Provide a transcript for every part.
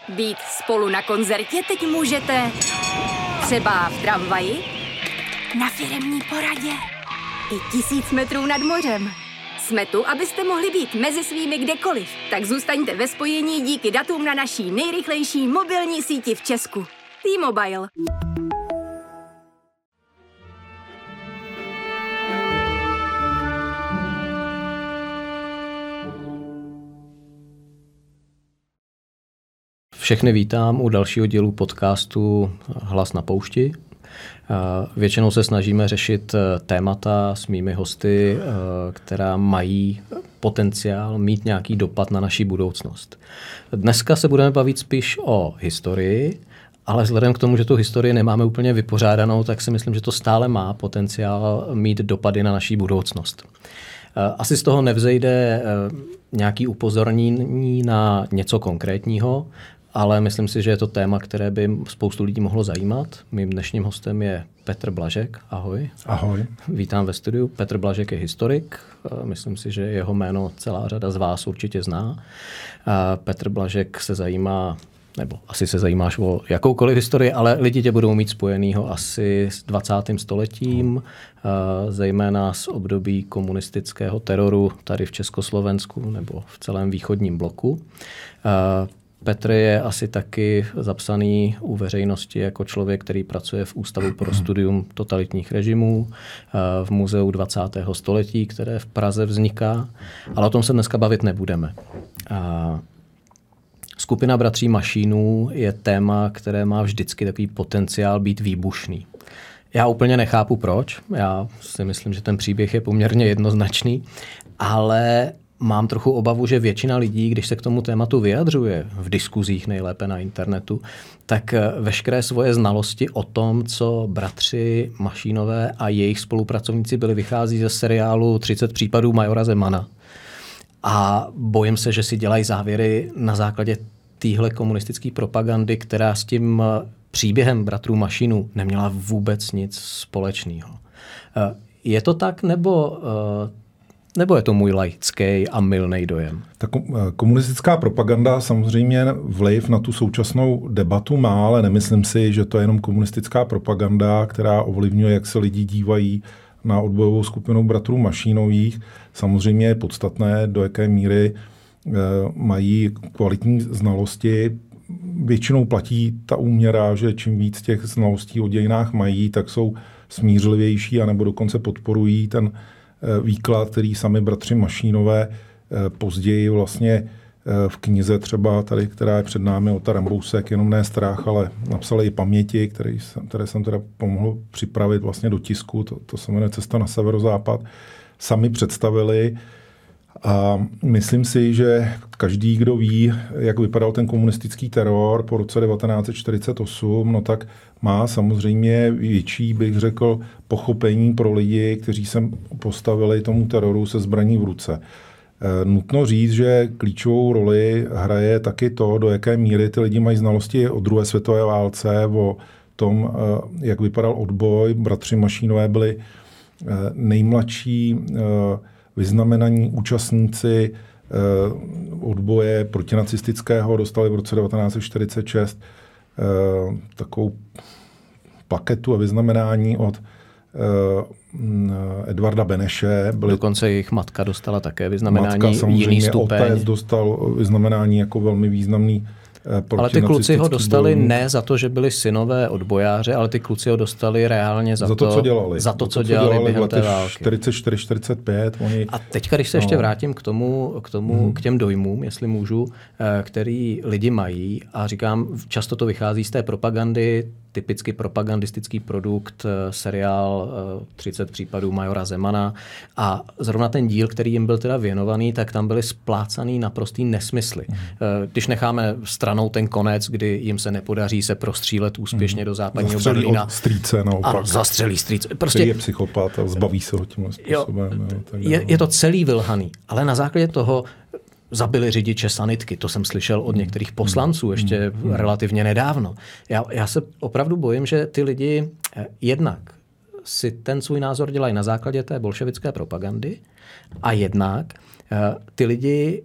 Být spolu na koncertě teď můžete třeba v tramvaji, na firemní poradě i 1000 metrů nad mořem. Jsme tu, abyste mohli být mezi svými kdekoliv. Tak zůstaňte ve spojení díky datům na naší nejrychlejší mobilní síti v Česku. T-Mobile. Všechny vítám u dalšího dílu podcastu Hlas na poušti. Většinou se snažíme řešit témata s mými hosty, která mají potenciál mít nějaký dopad na naši budoucnost. Dneska se budeme bavit spíš o historii, ale vzhledem k tomu, že tu historii nemáme úplně vypořádanou, tak si myslím, že to stále má potenciál mít dopady na naši budoucnost. Asi z toho nevzejde nějaký upozornění na něco konkrétního, ale myslím si, že je to téma, které by spoustu lidí mohlo zajímat. Mým dnešním hostem je Petr Blažek. Ahoj. Ahoj. Vítám ve studiu. Petr Blažek je historik. Myslím si, že jeho jméno celá řada z vás určitě zná. Petr Blažek se zajímá, nebo asi se zajímáš o jakoukoliv historii, ale lidi tě budou mít spojenýho asi s 20. stoletím, zejména z období komunistického teroru tady v Československu nebo v celém východním bloku. Petr je asi taky zapsaný u veřejnosti jako člověk, který pracuje v Ústavu pro studium totalitních režimů v Muzeu 20. století, které v Praze vzniká, ale o tom se dneska bavit nebudeme. Skupina bratří Mašínů je téma, které má vždycky takový potenciál být výbušný. Já úplně nechápu proč, já si myslím, že ten příběh je poměrně jednoznačný, ale mám trochu obavu, že většina lidí, když se k tomu tématu vyjadřuje v diskuzích nejlépe na internetu, tak veškeré svoje znalosti o tom, co bratři Mašínové a jejich spolupracovníci byli, vychází ze seriálu 30 případů majora Zemana. A bojím se, že si dělají závěry na základě téhle komunistické propagandy, která s tím příběhem bratrů Mašínů neměla vůbec nic společného. Je to tak, nebo je to můj laický a mylný dojem? Ta komunistická propaganda samozřejmě vliv na tu současnou debatu má, ale nemyslím si, že to je jenom komunistická propaganda, která ovlivňuje, jak se lidi dívají na odbojovou skupinu bratrů Mašínových. Samozřejmě je podstatné, do jaké míry mají kvalitní znalosti. Většinou platí ta úměra, že čím víc těch znalostí o dějinách mají, tak jsou smířlivější anebo dokonce podporují ten výklad, který sami bratři Mašínové později vlastně v knize třeba tady, která je před námi, Ota Rambousek, jenom ne strach, ale napsali i paměti, které jsem teda pomohl připravit vlastně do tisku, to se jmenuje Cesta na severozápad, sami představili. A myslím si, že každý, kdo ví, jak vypadal ten komunistický teror po roce 1948, no tak má samozřejmě větší, bych řekl, pochopení pro lidi, kteří se postavili tomu teroru se zbraní v ruce. Nutno říct, že klíčovou roli hraje taky to, do jaké míry ty lidi mají znalosti o druhé světové válce, o tom, jak vypadal odboj. Bratři Mašínové byli nejmladší vyznamenaní účastníci odboje protinacistického, dostali v roce 1946 takovou plaketu a vyznamenání od Edvarda Beneše. Dokonce jejich matka dostala také vyznamenání, matka, jiný stupeň. Otec dostal vyznamenání jako velmi významný. Ale ty kluci ho dostali ne za to, že byli synové odbojáře, ale ty kluci ho dostali reálně za to, co dělali během té války. 44-45. A teďka, když se ještě vrátím k těm dojmům, jestli můžu, který lidi mají, a říkám, často to vychází z té propagandy, typicky propagandistický produkt, seriál 30 případů majora Zemana, a zrovna ten díl, který jim byl teda věnovaný, tak tam byly splácaný naprostý nesmysly. Když necháme stranou ten konec, kdy jim se nepodaří se prostřílet úspěšně do západního Berlína. Strýce naopak. A zastřelí strýce. Prostě je psychopat a zbaví se ho tímhle způsobem. Je to celý vylhaný, ale na základě toho zabili řidiče sanitky. To jsem slyšel od některých poslanců ještě relativně nedávno. Já se opravdu bojím, že ty lidi jednak si ten svůj názor dělají na základě té bolševické propagandy a jednak ty lidi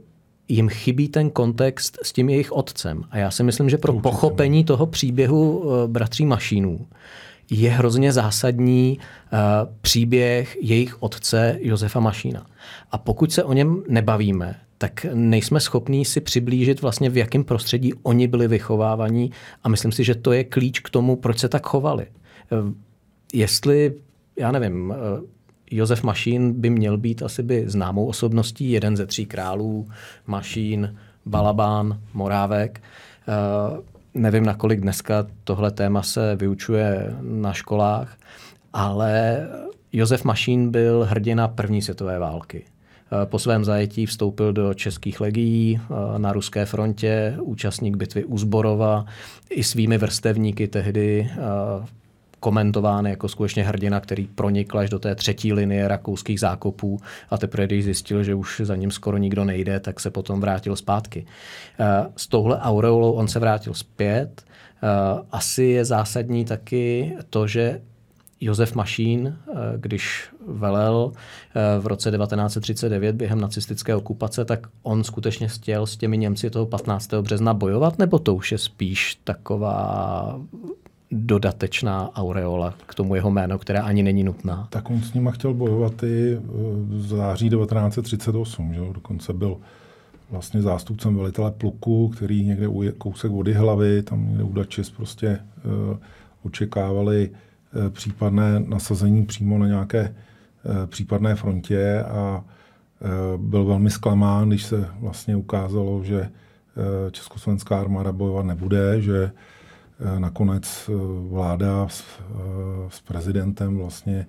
jim chybí ten kontext s tím jejich otcem. A já si myslím, že pro pochopení toho příběhu bratří Mašínů je hrozně zásadní příběh jejich otce Josefa Mašína. A pokud se o něm nebavíme, tak nejsme schopní si přiblížit vlastně, v jakém prostředí oni byli vychovávaní a myslím si, že to je klíč k tomu, proč se tak chovali. Jestli, já nevím, Josef Mašín by měl být asi by známou osobností, jeden ze 3 králů, Mašín, Balabán, Morávek. Nevím, nakolik dneska tohle téma se vyučuje na školách, ale Josef Mašín byl hrdina první světové války. Po svém zajetí vstoupil do českých legií na ruské frontě, účastník bitvy u Zborova, i svými vrstevníky tehdy komentován jako skutečně hrdina, který pronikl až do té 3. linie rakouských zákopů a teprve, když zjistil, že už za ním skoro nikdo nejde, tak se potom vrátil zpátky. S touhle aureolou on se vrátil zpět. Asi je zásadní taky to, že Josef Mašín, když velel v roce 1939 během nacistické okupace, tak on skutečně chtěl s těmi Němci toho 15. března bojovat, nebo to už je spíš taková dodatečná aureola k tomu jeho jméno, která ani není nutná? Tak on s nima chtěl bojovat i v září 1938. Že? Dokonce byl vlastně zástupcem velitele pluku, který někde kousek od Jihlavy, tam někde u Dačis prostě očekávali případné nasazení přímo na nějaké případné frontě a byl velmi zklamán, když se vlastně ukázalo, že československá armáda bojovat nebude, že nakonec vláda s prezidentem vlastně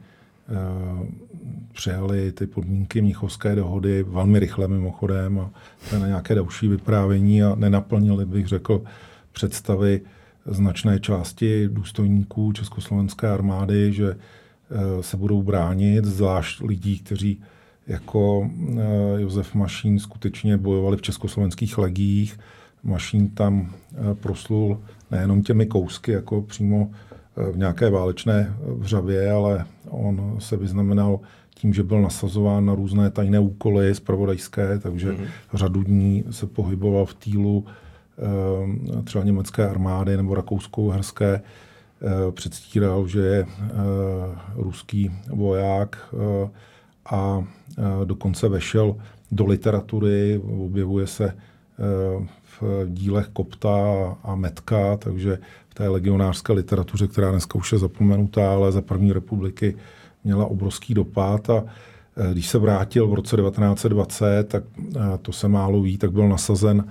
přijali ty podmínky Mnichovské dohody velmi rychle mimochodem a na nějaké další vyprávění a nenaplnili, bych řekl, představy značné části důstojníků československé armády, že se budou bránit, zvlášť lidí, kteří jako Josef Mašín skutečně bojovali v československých legiích. Mašín tam proslul nejenom těmi kousky, jako přímo v nějaké válečné vřavě, ale on se vyznamenal tím, že byl nasazován na různé tajné úkoly zpravodajské, takže řadu dní se pohyboval v týlu třeba německé armády nebo rakousko-uherské, předstíral, že je ruský voják a dokonce vešel do literatury, objevuje se v dílech Kopta a Metka, takže v té legionářské literatuře, která dneska už je zapomenutá, ale za první republiky měla obrovský dopad a když se vrátil v roce 1920, tak to se málo ví, tak byl nasazen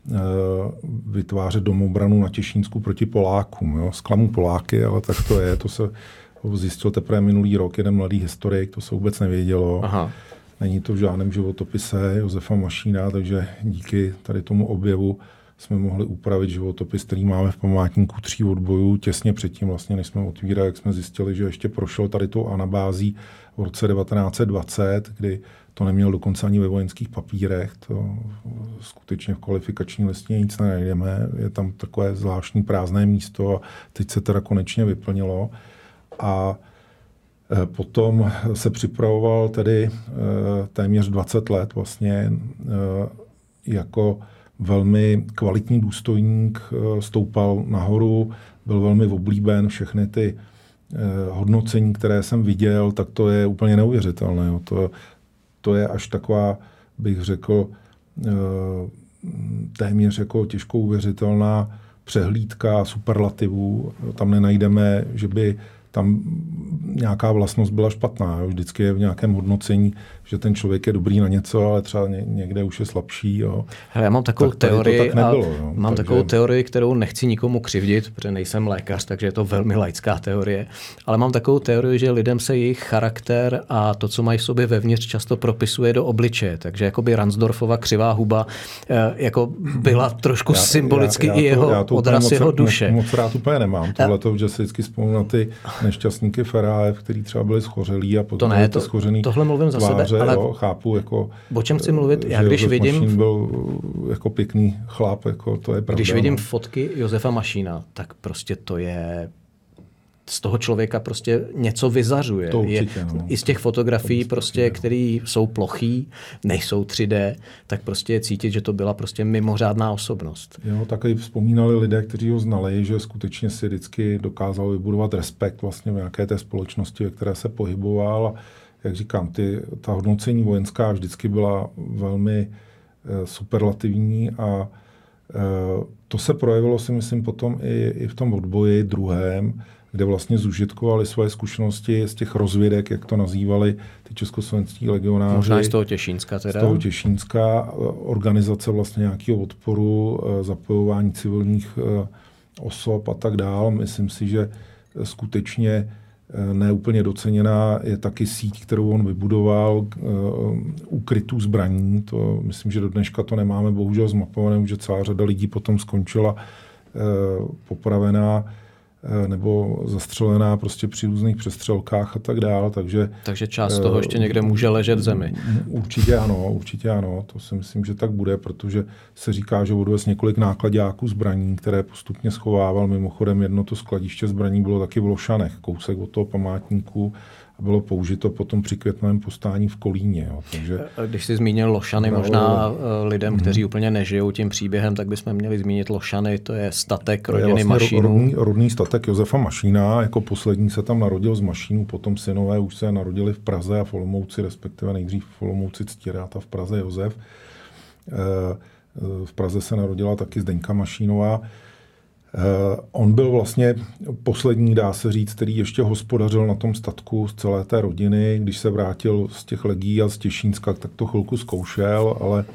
vytvářet domobranu na Těšínsku proti Polákům. Jo? Zklamu Poláky, ale tak to je. To se zjistil teprve minulý rok jeden mladý historik, to se vůbec nevědělo. Aha. Není to v žádném životopise Josefa Mašína, takže díky tady tomu objevu jsme mohli upravit životopis, který máme v památníku 3 odbojů. Těsně předtím, vlastně, než jsme otvírali, jak jsme zjistili, že ještě prošel tady tou anabází v roce 1920, kdy to neměl dokonce ani ve vojenských papírech. To skutečně v kvalifikační listině nic nenajdeme. Je tam takové zvláštní prázdné místo a teď se teda konečně vyplnilo. A potom se připravoval tedy téměř 20 let vlastně jako velmi kvalitní důstojník, stoupal nahoru, byl velmi oblíben, všechny ty hodnocení, které jsem viděl, tak to je úplně neuvěřitelné. Jo. To je až taková, bych řekl, téměř jako těžko uvěřitelná přehlídka superlativů. Tam nenajdeme, že by tam nějaká vlastnost byla špatná. Jo. Vždycky je v nějakém hodnocení, že ten člověk je dobrý na něco, ale třeba někde už je slabší. Jo. Hele, já mám takovou teorii, takovou teorii, kterou nechci nikomu křivdit, protože nejsem lékař, takže je to velmi laická teorie. Ale mám takovou teorii, že lidem se jejich charakter a to, co mají v sobě vevnitř, často propisuje do obličeje. Takže jakoby Ransdorfova křivá huba jako byla trošku symbolicky i jeho odraz jeho duše. Moc rád úplně nemám. Tohleto, že si vždycky vzpomínám na ty nešťastníky Ferajev, kteří třeba byli schořelí a potom schořený tohle mluvím za sebe, ale jo, chápu, jako, o čem chci mluvit? Já když vidím Mašín byl jako pěkný chlap, jako to je pravda. Když vidím fotky Josefa Mašína, tak prostě to je z toho člověka prostě něco vyzařuje. To určitě, I z těch fotografií, prostě, které jsou plochý, nejsou 3D, tak prostě je cítit, že to byla prostě mimořádná osobnost. Jo, taky vzpomínali lidé, kteří ho znali, že skutečně si vždycky dokázal vybudovat respekt vlastně v nějaké té společnosti, ve které se pohyboval. A jak říkám, ta hodnocení vojenská vždycky byla velmi superlativní a to se projevilo, si myslím, potom i v tom odboji druhém, kde vlastně zužitkovali svoje zkušenosti z těch rozvědek, jak to nazývali ty československý legionáři. Možná z toho Těšínska teda. Z toho Těšínska, organizace vlastně nějakého odporu, zapojování civilních osob a tak dál. Myslím si, že skutečně neúplně doceněná je taky síť, kterou on vybudoval, úkrytů zbraní. To, myslím, že do dneška to nemáme bohužel zmapované, že celá řada lidí potom skončila popravená nebo zastřelená prostě při různých přestřelkách a tak dál. Takže část toho ještě někde může ležet v zemi. Určitě ano. To si myslím, že tak bude, protože se říká, že odvez několik nákladáků zbraní, které postupně schovával. Mimochodem jedno to skladiště zbraní bylo taky v Lošanech, kousek od toho památníku, a bylo použito potom při květnovém povstání v Kolíně. Jo. Takže, když jsi zmínil Lošany, možná lidem, kteří úplně nežijou tím příběhem, tak bychom měli zmínit Lošany, to je statek rodiny vlastně Mašínů. Rodný statek Josefa Mašína, jako poslední se tam narodil z Mašínů, potom synové už se narodili v Praze a v Olomouci, respektive nejdřív v Olomouci Ctirát a v Praze Josef. V Praze se narodila taky Zdeňka Mašínová. On byl vlastně poslední, dá se říct, který ještě hospodařil na tom statku z celé té rodiny. Když se vrátil z těch legií a z Těšínska, tak to chvilku zkoušel, ale...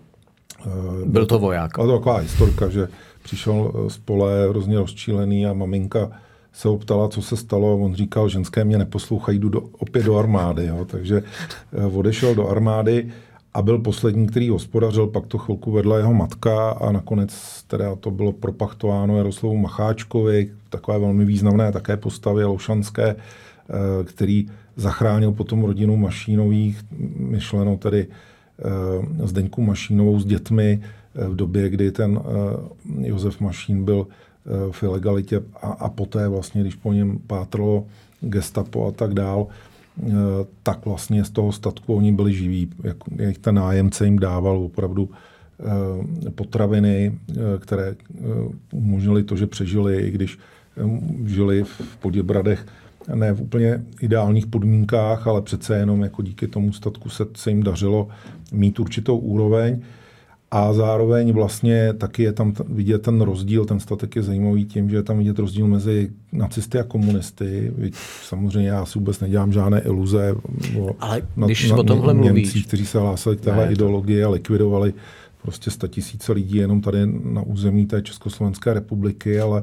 Byl to voják. Ale to taková historka, že přišel z pole hrozně rozčílený a maminka se ho ptala, co se stalo. On říkal, ženské mě neposlouchají, jdu opět do armády. Jo. Takže odešel do armády a byl poslední, který hospodařil, pak to chvilku vedla jeho matka a nakonec teda to bylo propachtováno Jaroslavu Macháčkovi, takové velmi významné také postavy lošanské, který zachránil potom rodinu Mašínových, myšleno tedy Zdeňku Mašínovou s dětmi v době, kdy ten Josef Mašín byl v ilegalitě a poté vlastně, když po něm pátralo gestapo a tak dál, tak vlastně z toho statku oni byli živí. Jak ten nájemce jim dával opravdu potraviny, které umožnily to, že přežili, i když žili v Poděbradech ne v úplně ideálních podmínkách, ale přece jenom jako díky tomu statku se jim dařilo mít určitou úroveň. A zároveň vlastně taky je tam vidět ten rozdíl, ten statek je zajímavý tím, že je tam vidět rozdíl mezi nacisty a komunisty. Samozřejmě já si vůbec nedělám žádné iluze ale když o tomhle Němcích, kteří se hlásili k téhle ideologii a likvidovali prostě 100 000 lidí jenom tady na území té Československé republiky, ale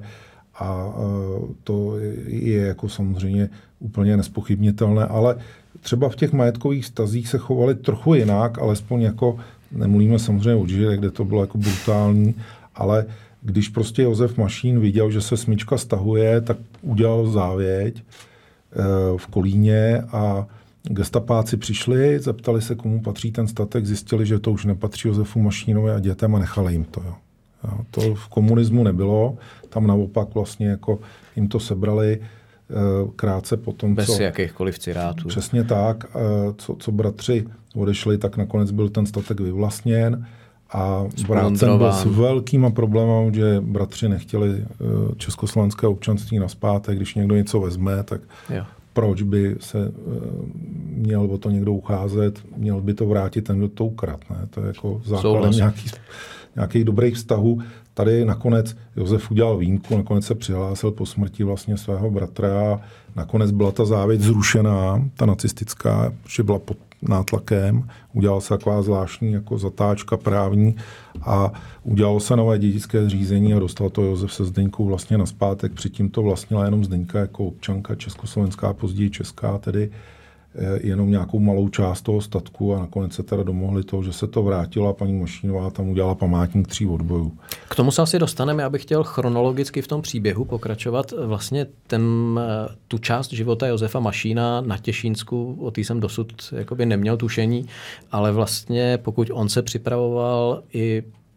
to je jako samozřejmě úplně nespochybnitelné, ale třeba v těch majetkových vztazích se chovali trochu jinak, alespoň jako nemluvíme samozřejmě o Židech, kde to bylo jako brutální, ale když prostě Josef Mašín viděl, že se smyčka stahuje, tak udělal závěť v Kolíně a gestapáci přišli, zeptali se, komu patří ten statek, zjistili, že to už nepatří Josefu Mašínovi a dětem a nechali jim to. Jo. To v komunismu nebylo, tam naopak vlastně jako jim to sebrali krátce potom, bez jakýchkoliv cirátů. Přesně tak, co bratři odešli, tak nakonec byl ten statek vyvlastněn a vrácen byl s velkýma problémy, že bratři nechtěli československé občanství nazpátek, když někdo něco vezme, tak proč by se měl o to někdo ucházet, měl by to vrátit ten, kdo to ukradl. Ne? To je jako základem nějakých dobrých vztahů. Tady nakonec Josef udělal výjimku, nakonec se přihlásil po smrti vlastně svého bratra a nakonec byla ta závěť zrušená, ta nacistická, protože byla pod nátlakem. Udělala se taková zvláštní jako zatáčka právní a udělalo se nové dědické zřízení a dostal to Josef se Zdeňkou vlastně nazpátek. Předtím to vlastnila jenom Zdeňka jako občanka československá, později česká, tedy jenom nějakou malou část toho statku a nakonec se teda domohli toho, že se to vrátilo a paní Mašínová tam udělala památník 3 odbojů. K tomu se asi dostaneme, já bych chtěl chronologicky v tom příběhu pokračovat. Vlastně tu část života Josefa Mašína na Těšínsku, o té jsem dosud jakoby neměl tušení, ale vlastně pokud on se připravoval i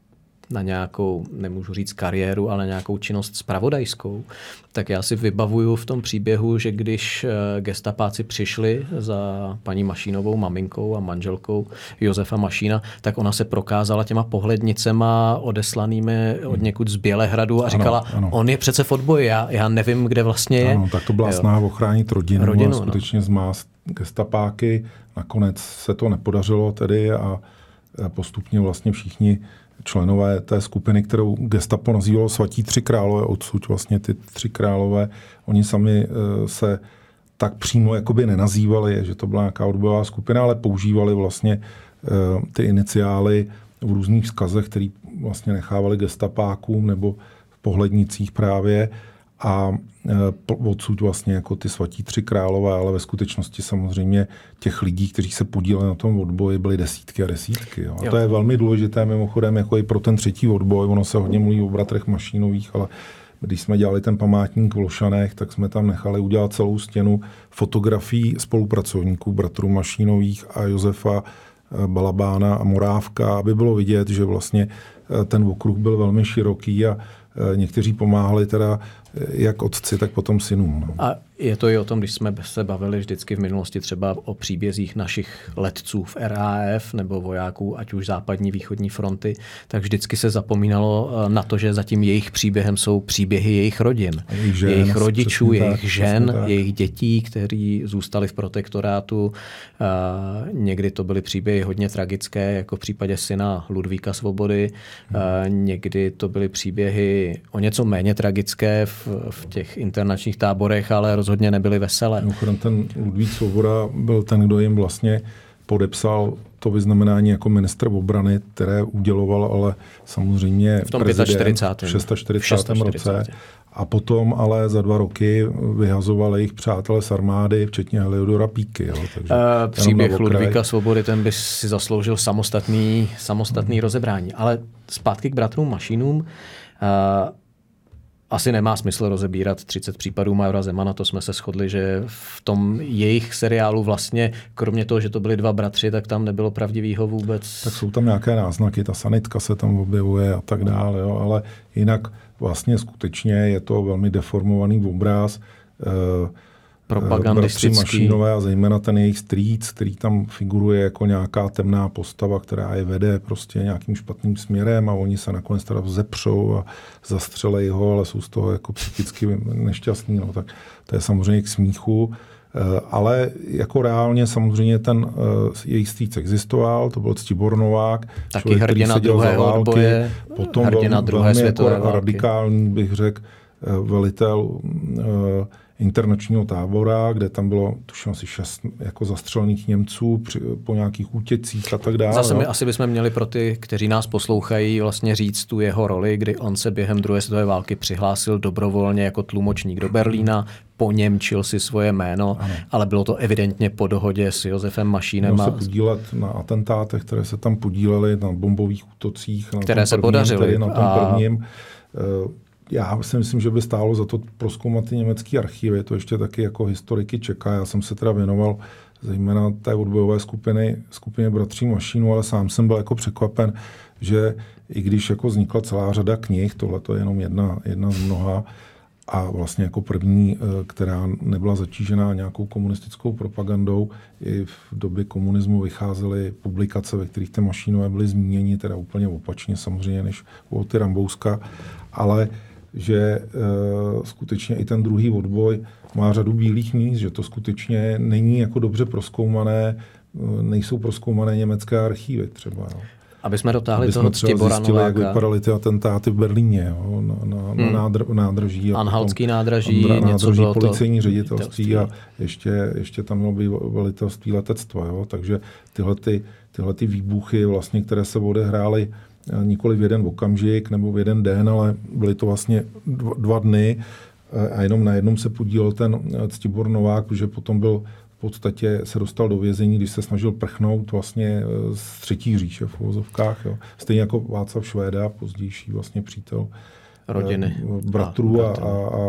na nějakou, nemůžu říct kariéru, ale nějakou činnost zpravodajskou, tak já si vybavuju v tom příběhu, že když gestapáci přišli za paní Mašínovou maminkou a manželkou Josefa Mašína, tak ona se prokázala těma pohlednicema odeslanými od někud z Bělehradu a říkala, ano. On je přece v odboji, já nevím, kde vlastně je. Ano, tak to byla snaha ochránit rodinu a skutečně zmást gestapáky. Nakonec se to nepodařilo tedy a postupně vlastně všichni členové té skupiny, kterou gestapo nazývalo Svatí tři králové, odsud vlastně ty tři králové, oni sami se tak přímo jakoby nenazývali, že to byla nějaká odbojová skupina, ale používali vlastně ty iniciály v různých vzkazech, které vlastně nechávali gestapákům nebo v pohlednicích právě a odsud vlastně jako ty Svatí tři králové, ale ve skutečnosti samozřejmě těch lidí, kteří se podíleli na tom odboji, byly desítky a desítky. Jo. A to je velmi důležité mimochodem jako i pro ten třetí odboj. Ono se hodně mluví o bratrech Mašínových, ale když jsme dělali ten památník v Lošanech, tak jsme tam nechali udělat celou stěnu fotografií spolupracovníků bratrů Mašínových a Josefa Balabána a Morávka, aby bylo vidět, že vlastně ten okruh byl velmi široký a někteří pomáhali teda jak otci, tak potom synům. A je to i o tom, když jsme se bavili vždycky v minulosti třeba o příbězích našich letců v RAF nebo vojáků, ať už západní, východní fronty, tak vždycky se zapomínalo na to, že za tím jejich příběhem jsou příběhy jejich rodin. Jejich rodičů, jejich žen, jejich dětí, kteří zůstali v protektorátu. Někdy to byly příběhy hodně tragické, jako v případě syna Ludvíka Svobody. Někdy to byly příběhy o něco méně tragické v těch internačních táborech, ale rozhodně nebyly veselé. Mimochodem ten Ludvík Svoboda byl ten, kdo jim vlastně podepsal to vyznamenání jako ministr obrany, které uděloval, ale samozřejmě v tom 46. roce. A potom ale za 2 roky vyhazovali jejich přátelé z armády, včetně Heliodora Píky. Jo. Takže příběh Ludvíka Svobody, ten by si zasloužil samostatný rozebrání. Ale zpátky k bratrům Mašínům. Asi nemá smysl rozebírat 30 případů majora Zemana, to jsme se shodli, že v tom jejich seriálu vlastně, kromě toho, že to byli 2 bratři, tak tam nebylo pravdivýho vůbec. Tak jsou tam nějaké náznaky, ta sanitka se tam objevuje a tak dále, jo, ale jinak vlastně skutečně je to velmi deformovaný obraz. Propagandistický. Bratři Mašínové a zejména ten jejich strýc, který tam figuruje jako nějaká temná postava, která je vede prostě nějakým špatným směrem a oni se nakonec teda vzepřou a zastřelejí ho, ale jsou z toho jako psychicky nešťastní. No, tak to je samozřejmě k smíchu. Ale jako reálně samozřejmě ten jejich strýc existoval, to byl Ctibor Novák, taky člověk, hrdina druhého odboje, potom hrdina druhé světové jako radikální, bych řekl, velitel internačního tábora, kde tam bylo tuším asi 6 jako zastřelených Němců po nějakých útěcích a tak dále. Zase my asi bychom měli pro ty, kteří nás poslouchají, vlastně říct tu jeho roli, kdy on se během druhé světové války přihlásil dobrovolně jako tlumočník do Berlína, poněmčil si svoje jméno, ano. Ale bylo to evidentně po dohodě s Josefem Mašínem. Měl se podílet na atentátech, které se tam podílely, na bombových útocích. Které se podařily. Na tom prvním. Já si myslím, že by stálo za to prozkoumat ty německé archivy. To ještě taky jako historiky čeká. Já jsem se teda věnoval zejména té odbojové skupině bratří Mašínů, ale sám jsem byl jako překvapen, že i když jako vznikla celá řada knih, tohle to je jenom jedna z mnoha, a vlastně jako první, která nebyla zatížená nějakou komunistickou propagandou, i v době komunismu vycházely publikace, ve kterých ty Mašínové byly zmíněni, teda úplně opačně samozřejmě než u ty Rambouska, ale že skutečně i ten druhý odboj má řadu bílých míst, že to skutečně není jako dobře prozkoumané, nejsou prozkoumané německé archívy třeba. Jo. Aby jsme dotáhli toho Ctibora Nováka. Jak vypadaly ty atentáty v Berlíně, jo, na nádraží. Anhaltský nádraží, nádraží policejní ředitelství a ještě tam bylo být velitelství letectva. Jo. Takže tyhle ty výbuchy, vlastně, které se odehrály nikoli v jeden okamžik nebo v jeden den, ale byly to vlastně 2 dny a jenom na jednom se podílel ten Ctibor Novák, protože potom byl v podstatě se dostal do vězení, když se snažil prchnout vlastně z Třetí říše v uvozovkách. Jo. Stejně jako Václav Švéda, pozdější vlastně přítel rodiny bratrů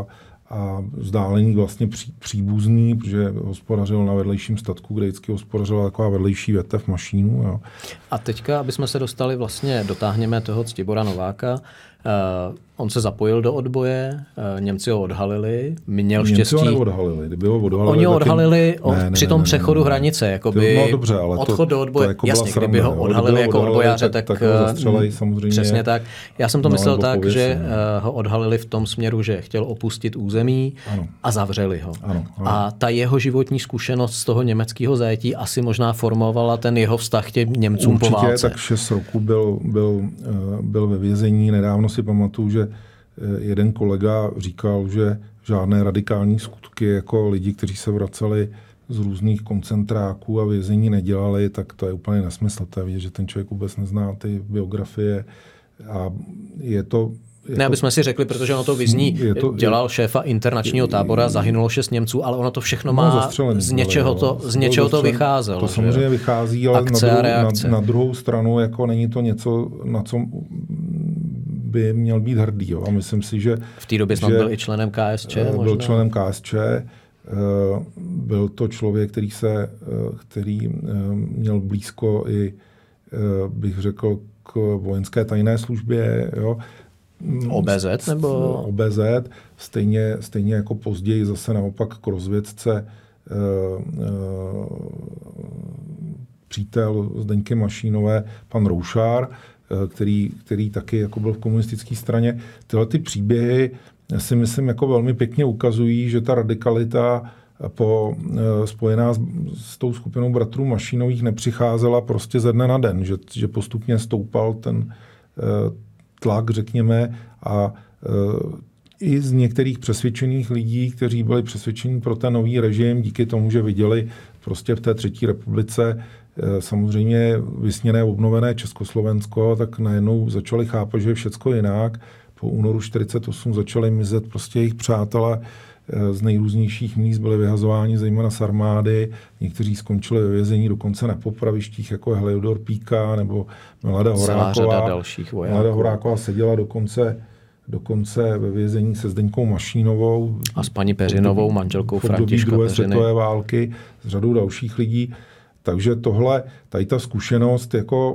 a vzdálený vlastně příbuzný, protože hospodařil na vedlejším statku, kde vždycky hospodařila taková vedlejší větev Mašínů. Jo. A teďka, aby jsme se dostali vlastně, dotáhněme toho Ctibora Nováka, on se zapojil do odboje, Němci ho odhalili, měl štěstí. Němci ho neodhalili, kdyby ho odhalili. Oni ho odhalili při tom přechodu hranice, jakoby no, dobře, ale odchod do odboje. jako jasně, kdyby ho odhalili jako odbojáře, tak ho zastřelej samozřejmě. Přesně tak. Já jsem to myslel tak, že ho odhalili v tom směru, že chtěl opustit území a zavřeli ho. Ano. A ta jeho životní zkušenost z toho německého zajetí asi možná formovala ten jeho vztah k těm Němcům po válce. Určitě, tak 6 roků byl ve vězení. Nedávno si pamatuju, že jeden kolega říkal, že žádné radikální skutky jako lidi, kteří se vraceli z různých koncentráků a vězení nedělali, tak to je úplně nesmysl. To je vidět, že ten člověk vůbec nezná ty biografie a je to... Ne, abychom si řekli, protože ono to vyzní, dělal šéfa internačního tábora, zahynulo 6 Němců, ale ono to všechno má, z něčeho to vycházelo. To samozřejmě vychází, ale na druhou stranu jako není to něco, na co by měl být hrdý. Jo. A myslím si, že... V té době snad byl i členem KSČ? Byl členem KSČ. Byl to člověk, který měl blízko i, bych řekl, k vojenské tajné službě. Jo. OBZ nebo? OBZ, stejně jako později zase naopak k rozvědce přítel Zdeňky Mašínové, pan Roušár, který taky jako byl v komunistické straně. Tyhle ty příběhy si myslím jako velmi pěkně ukazují, že ta radikalita spojená s tou skupinou bratrů Mašínových nepřicházela prostě ze dne na den, že postupně stoupal ten tlak, řekněme, a i z některých přesvědčených lidí, kteří byli přesvědčení pro ten nový režim, díky tomu, že viděli prostě v té třetí republice samozřejmě vysněné, obnovené Československo, tak najednou začali chápat, že je všecko jinak. Po únoru 1948 začali mizet prostě jejich přátelé z nejrůznějších míst, byli vyhazováni zejména z armády, někteří skončili ve vězení dokonce na popravištích, jako je Heliodor Píka nebo Milada Horáková. Milada Horáková seděla dokonce ve vězení se Zdeňkou Mašínovou. A s paní Peřinovou, manželkou Františka druhé Peřiny. Světové války, s řadou dalších lidí. Takže tady ta zkušenost, jako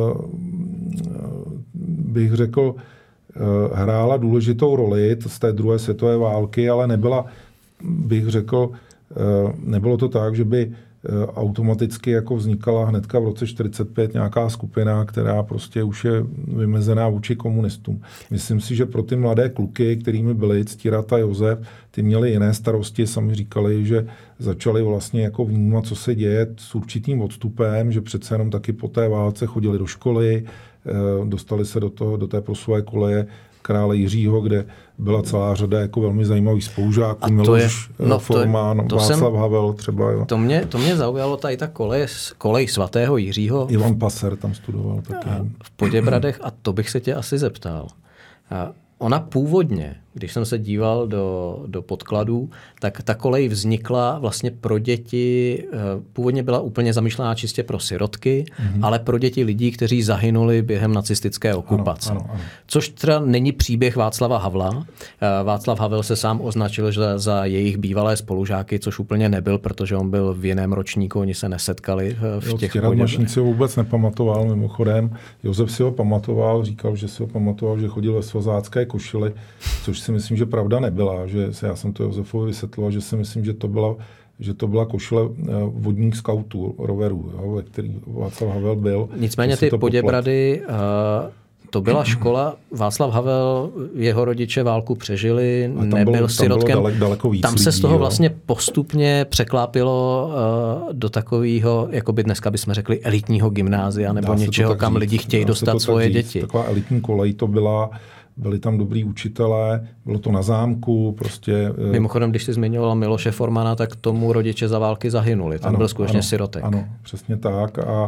bych řekl, hrála důležitou roli z té druhé světové války, ale nebyla, bych řekl, nebylo to tak, že by automaticky jako vznikala hnedka v roce 1945 nějaká skupina, která prostě už je vymezená vůči komunistům. Myslím si, že pro ty mladé kluky, kterými byli Ctirad a Josef, ty měli jiné starosti, sami říkali, že začali vlastně jako vnímat, co se děje s určitým odstupem, že přece jenom taky po té válce chodili do školy, dostali se do té proslové koleje krále Jiřího, kde byla celá řada jako velmi zajímavých spolužáků, Miloš Formán, Václav Havel třeba. Jo. To mě zaujalo tady ta kolej svatého Jiřího. Ivan Passer tam studoval taky. V Poděbradech, a to bych se tě asi zeptal. Ona původně, když jsem se díval do podkladů, tak ta kolej vznikla vlastně pro děti, původně byla úplně zamýšlená čistě pro sirotky, ale pro děti lidí, kteří zahynuli během nacistické okupace. Ano. Což teda není příběh Václava Havla. Václav Havel se sám označil za jejich bývalé spolužáky, což úplně nebyl, protože on byl v jiném ročníku, oni se nesetkali v těch Ctirad Mašín si ho vůbec nepamatoval, mimochodem. Josef si ho pamatoval, říkal, že si ho pamatoval, že chodil ve svazácké košili, což si myslím, že pravda nebyla. Že já jsem to Josefovi vysvětloval, že si myslím, že to byla košile vodních skautů, roverů, ve který Václav Havel byl. Nicméně ty Poděbrady, to byla škola, Václav Havel, jeho rodiče válku přežili, nebyl sirotkem. Tam se z toho vlastně postupně překlápilo do takového, jako by dneska bychom řekli, elitního gymnázia nebo něčeho, kam lidi chtějí dostat svoje děti. Taková elitní kolej to byla. Byli tam dobrý učitelé, bylo to na zámku, prostě... Mimochodem, když jsi zmiňoval Miloše Formana, tak tomu rodiče za války zahynuli. Tam byl skutečně sirotek. Ano, přesně tak. A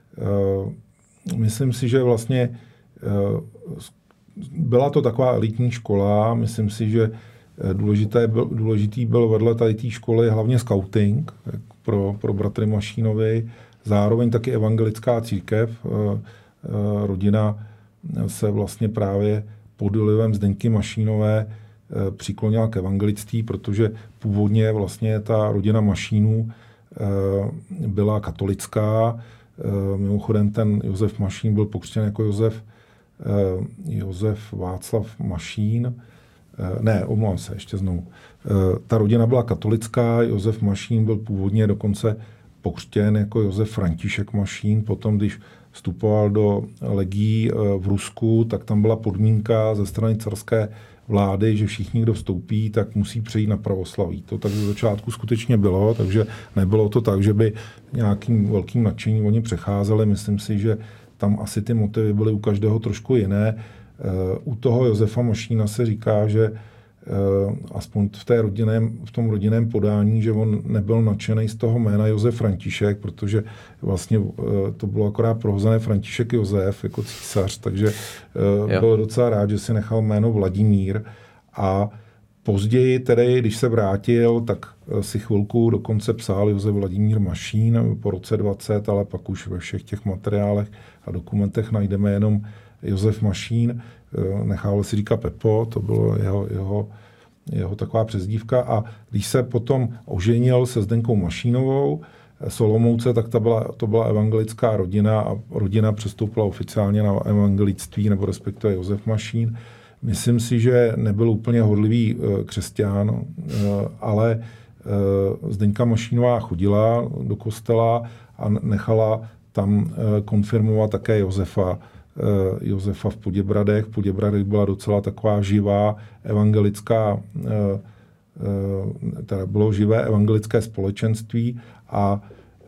myslím si, že vlastně byla to taková elitní škola. Myslím si, že důležitý byl vedle tady té školy hlavně skauting pro bratry Mašínovi. Zároveň taky evangelická církev. Rodina se vlastně právě pod vlivem Zdeňky Mašínové přiklonila k evangelictví, protože původně vlastně ta rodina Mašínů byla katolická. Mimochodem ten Josef Mašín byl pokřtěn jako Josef Václav Mašín. Ne, omlouvám se, ještě znovu. Ta rodina byla katolická, Josef Mašín byl původně dokonce pokřtěn jako Josef František Mašín. Potom, když vstupoval do legií v Rusku, tak tam byla podmínka ze strany carské vlády, že všichni, kdo vstoupí, tak musí přejít na pravoslaví. To tak v začátku skutečně bylo, takže nebylo to tak, že by nějakým velkým nadšením oni přecházeli. Myslím si, že tam asi ty motivy byly u každého trošku jiné. U toho Josefa Mašína se říká, že aspoň v tom rodinném podání, že on nebyl nadšený z toho jména Josef František, protože vlastně to bylo akorát prohozené František Josef jako císař, takže byl docela rád, že si nechal jméno Vladimír. A později tedy, když se vrátil, tak si chvilku dokonce psal Josef Vladimír Mašín po roce 20, ale pak už ve všech těch materiálech a dokumentech najdeme jenom Josef Mašín. Nechával si říkat Pepo, to bylo jeho taková přezdívka. A když se potom oženil se Zdenkou Mašínovou z Olomouce, tak to byla evangelická rodina a rodina přestoupila oficiálně na evangelictví, nebo respektive Josef Mašín. Myslím si, že nebyl úplně horlivý křesťan, ale Zdenka Mašínová chodila do kostela a nechala tam konfirmovat také Josefa v Poděbradech. V Poděbradech byla docela taková živá evangelická, teda bylo živé evangelické společenství a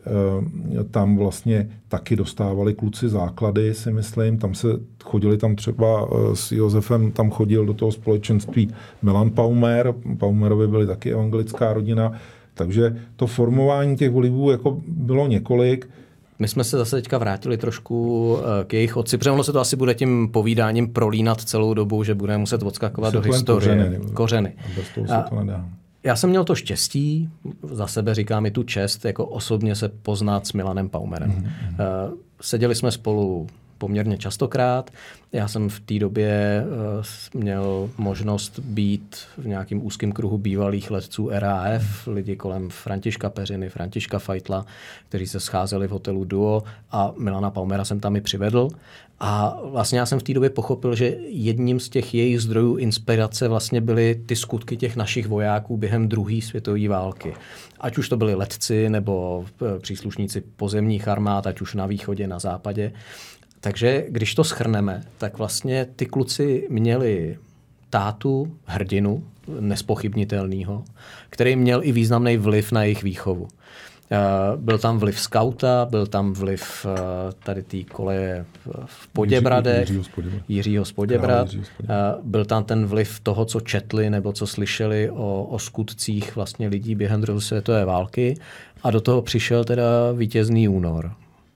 tam vlastně taky dostávali kluci základy, si myslím. Chodili tam třeba s Josefem, tam chodil do toho společenství Milan Paumer. Paumerovi byli taky evangelická rodina. Takže to formování těch vlivů jako bylo několik. My jsme se zase teďka vrátili trošku k jejich otci, protože ono se to asi bude tím povídáním prolínat celou dobu, že budeme muset odskakovat do historie. Kořeny. Bez toho se to nedá. Já jsem měl to štěstí, za sebe říkám i tu čest, jako osobně se poznat s Milanem Paumerem. Seděli jsme spolu poměrně častokrát. Já jsem v té době měl možnost být v nějakým úzkém kruhu bývalých letců RAF, lidi kolem Františka Peřiny, Františka Fajtla, kteří se scházeli v hotelu Duo a Milana Paumera jsem tam i přivedl. A vlastně já jsem v té době pochopil, že jedním z těch jejich zdrojů inspirace vlastně byly ty skutky těch našich vojáků během druhé světové války. Ať už to byli letci nebo příslušníci pozemních armád, ať už na východě, na západě. Takže když to shrneme, tak vlastně ty kluci měli tátu, hrdinu, nespochybnitelného, který měl i významný vliv na jejich výchovu. Byl tam vliv skauta, byl tam vliv tady té koleje v Poděbradech, Jiřího z Poděbrad. Byl tam ten vliv toho, co četli nebo co slyšeli o skutcích vlastně lidí během druhé světové války. A do toho přišel teda vítězný únor.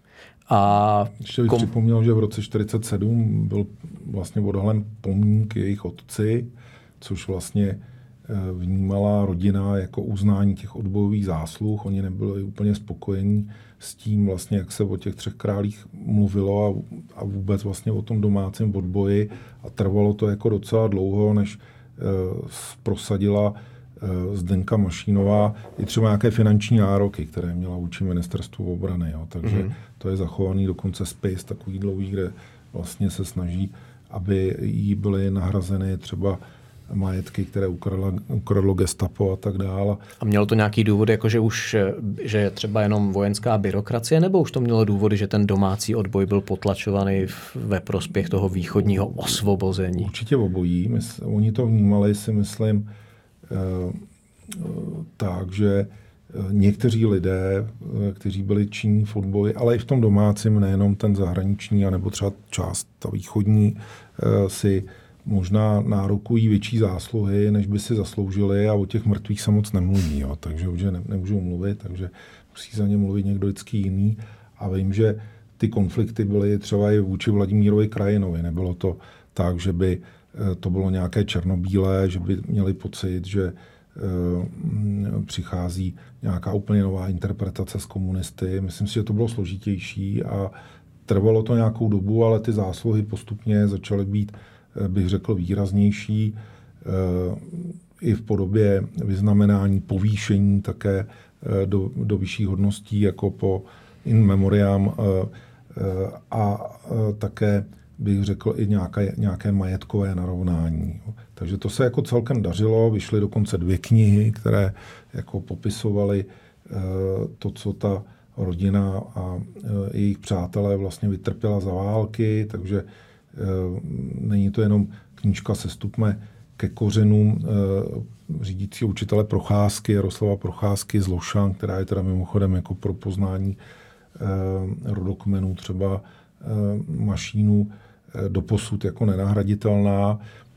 A ještě bych připomněl, že v roce 1947 byl vlastně odhalen pomník jejich otci, což vlastně vnímala rodina jako uznání těch odbojových zásluh. Oni nebyli úplně spokojení s tím, vlastně, jak se o těch třech králích mluvilo a vůbec vlastně o tom domácím odboji. A trvalo to jako docela dlouho, než prosadila Zdenka Mašínová i třeba nějaké finanční nároky, které měla vůči ministerstvu obrany. Jo. Takže to je zachovaný dokonce spis takový dlouhý, kde vlastně se snaží, aby jí byly nahrazeny třeba majetky, které ukradlo gestapo a tak dále. A mělo to nějaký důvod, jako že je třeba jenom vojenská byrokracie, nebo už to mělo důvody, že ten domácí odboj byl potlačovaný ve prospěch toho východního osvobození? Určitě obojí. Oni to vnímali, si myslím, takže někteří lidé, kteří byli činní v odboji, ale i v tom domácím, nejenom ten zahraniční, anebo třeba část ta východní, si možná nárokují větší zásluhy, než by si zasloužili a o těch mrtvých se moc nemluví. Jo. Takže už nemůžou mluvit, takže musí za ně mluvit někdo vždycky jiný. A vím, že ty konflikty byly třeba i vůči Vladimírovi Krajinovi. Nebylo to tak, že by to bylo nějaké černobílé, že by měli pocit, že přichází nějaká úplně nová interpretace z komunisty. Myslím si, že to bylo složitější a trvalo to nějakou dobu, ale ty zásluhy postupně začaly být, bych řekl, výraznější. i v podobě vyznamenání, povýšení také do vyšších hodností, jako po in memoriam a také bych řekl i nějaké majetkové narovnání. Takže to se jako celkem dařilo, vyšly dokonce 2 knihy, které jako popisovaly to, co ta rodina a jejich přátelé vlastně vytrpěla za války, takže není to jenom knížka Sestupme ke kořenům řídícího učitele Procházky, Jaroslava Procházky z Lošan, která je teda mimochodem jako pro poznání rodokmenů třeba Mašínů doposud jako nenahraditelná.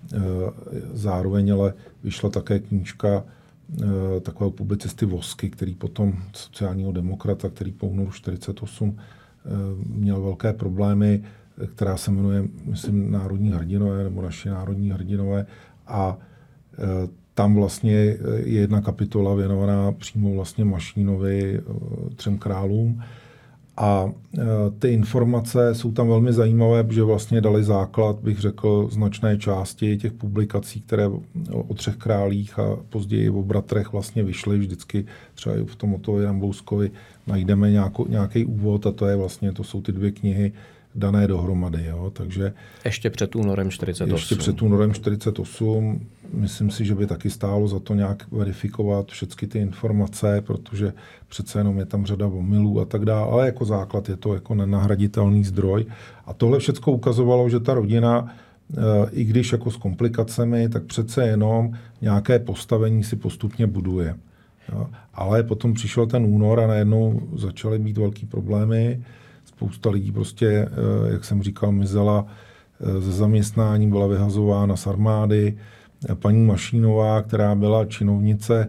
Zároveň ale vyšla také knížka takového publicisty Vosky, který potom sociálního demokrata, který po únoru 48 měl velké problémy, která se jmenuje, myslím, Národní hrdinové nebo Naši národní hrdinové. A tam vlastně je jedna kapitola věnovaná přímo vlastně Mašínovi, 3 králům. A ty informace jsou tam velmi zajímavé, protože vlastně dali základ, bych řekl, značné části těch publikací, které o 3 králích a později o bratrech vlastně vyšly. Vždycky třeba i v tom Otovi Rambouskovi najdeme nějaký úvod a to jsou ty 2 knihy dané dohromady. Jo? Takže ještě před únorem 48. Ještě před únorem 48. Myslím si, že by taky stálo za to nějak verifikovat všechny ty informace, protože přece jenom je tam řada omylů a tak dále, ale jako základ je to jako nenahraditelný zdroj. A tohle všechno ukazovalo, že ta rodina, i když jako s komplikacemi, tak přece jenom nějaké postavení si postupně buduje. Jo? Ale potom přišel ten únor a najednou začaly být velký problémy. Spousta lidí prostě, jak jsem říkal, mizela ze zaměstnání, byla vyhazována z armády. Paní Mašínová, která byla činovnice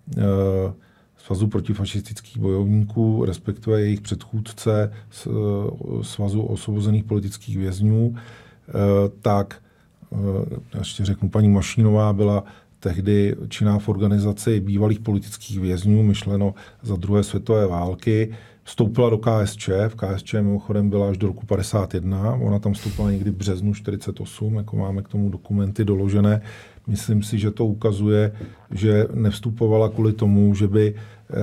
Svazu protifašistických bojovníků, respektive jejich předchůdce Svazu osvobozených politických vězňů, tak, ještě řeknu, paní Mašínová byla tehdy činná v organizaci bývalých politických vězňů, myšleno za 2. světové války. Vstoupila do KSČ, v KSČ mimochodem byla až do roku 51, ona tam vstoupila někdy v březnu 48, jako máme k tomu dokumenty doložené. Myslím si, že to ukazuje, že nevstupovala kvůli tomu, že by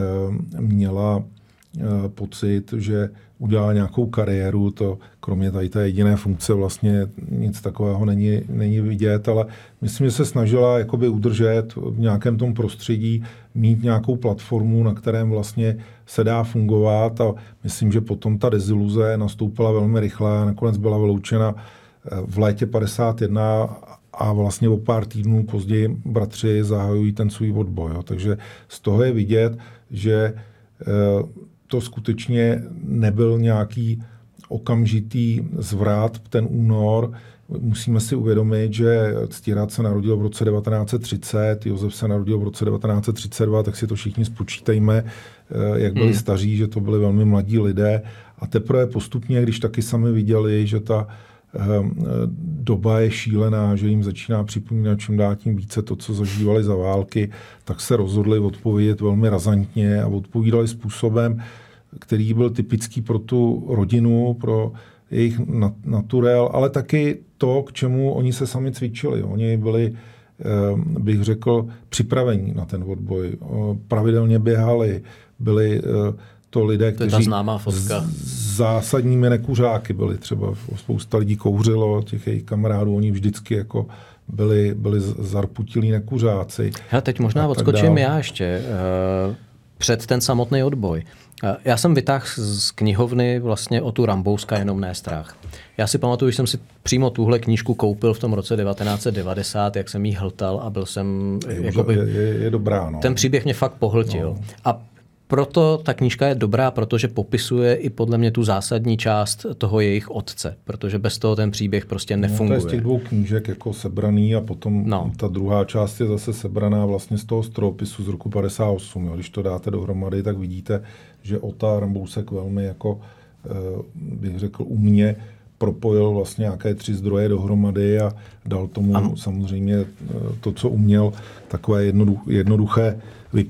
měla pocit, že udělala nějakou kariéru, to kromě tady té jediné funkce vlastně nic takového není vidět, ale myslím, že se snažila jakoby udržet v nějakém tom prostředí, mít nějakou platformu, na kterém vlastně se dá fungovat a myslím, že potom ta deziluze nastoupila velmi rychle a nakonec byla vyloučena v létě 51 a vlastně o pár týdnů později bratři zahajují ten svůj odboj. Jo. Takže z toho je vidět, že to skutečně nebyl nějaký okamžitý zvrat, ten únor. Musíme si uvědomit, že Ctirad se narodil v roce 1930, Josef se narodil v roce 1932, tak si to všichni spočítejme, jak byli staří, že to byli velmi mladí lidé. A teprve postupně, když taky sami viděli, že ta doba je šílená, že jim začíná připomínat čím dál tím více to, co zažívali za války, tak se rozhodli odpovědět velmi razantně a odpovídali způsobem, který byl typický pro tu rodinu, pro jejich naturel, ale taky to, k čemu oni se sami cvičili. Oni byli, bych řekl, připravení na ten odboj. Pravidelně běhali, byli to lidé, kteří zásadními nekuřáky byli. Třeba spousta lidí kouřilo, těch jejich kamarádů, oni vždycky jako byli zarputilí nekuřáci. Já teď možná odskočím já ještě před ten samotný odboj. Já jsem vytáhl z knihovny vlastně o tu Rambouska jenom ne strach. Já si pamatuju, že jsem si přímo tuhle knížku koupil v tom roce 1990, jak jsem jí hltal a byl jsem... Je dobrá, no. Ten příběh mě fakt pohltil. No. A proto ta knížka je dobrá, protože popisuje i podle mě tu zásadní část toho jejich otce, protože bez toho ten příběh prostě nefunguje. To je z těch 2 knížek jako sebraný a potom ta druhá část je zase sebraná vlastně z toho stropisu z roku 58. Jo. Když to dáte dohromady, tak vidíte, že Ota Rambousek velmi jako, bych řekl, umně propojil vlastně nějaké 3 zdroje dohromady a dal tomu samozřejmě to, co uměl, takové jednoduché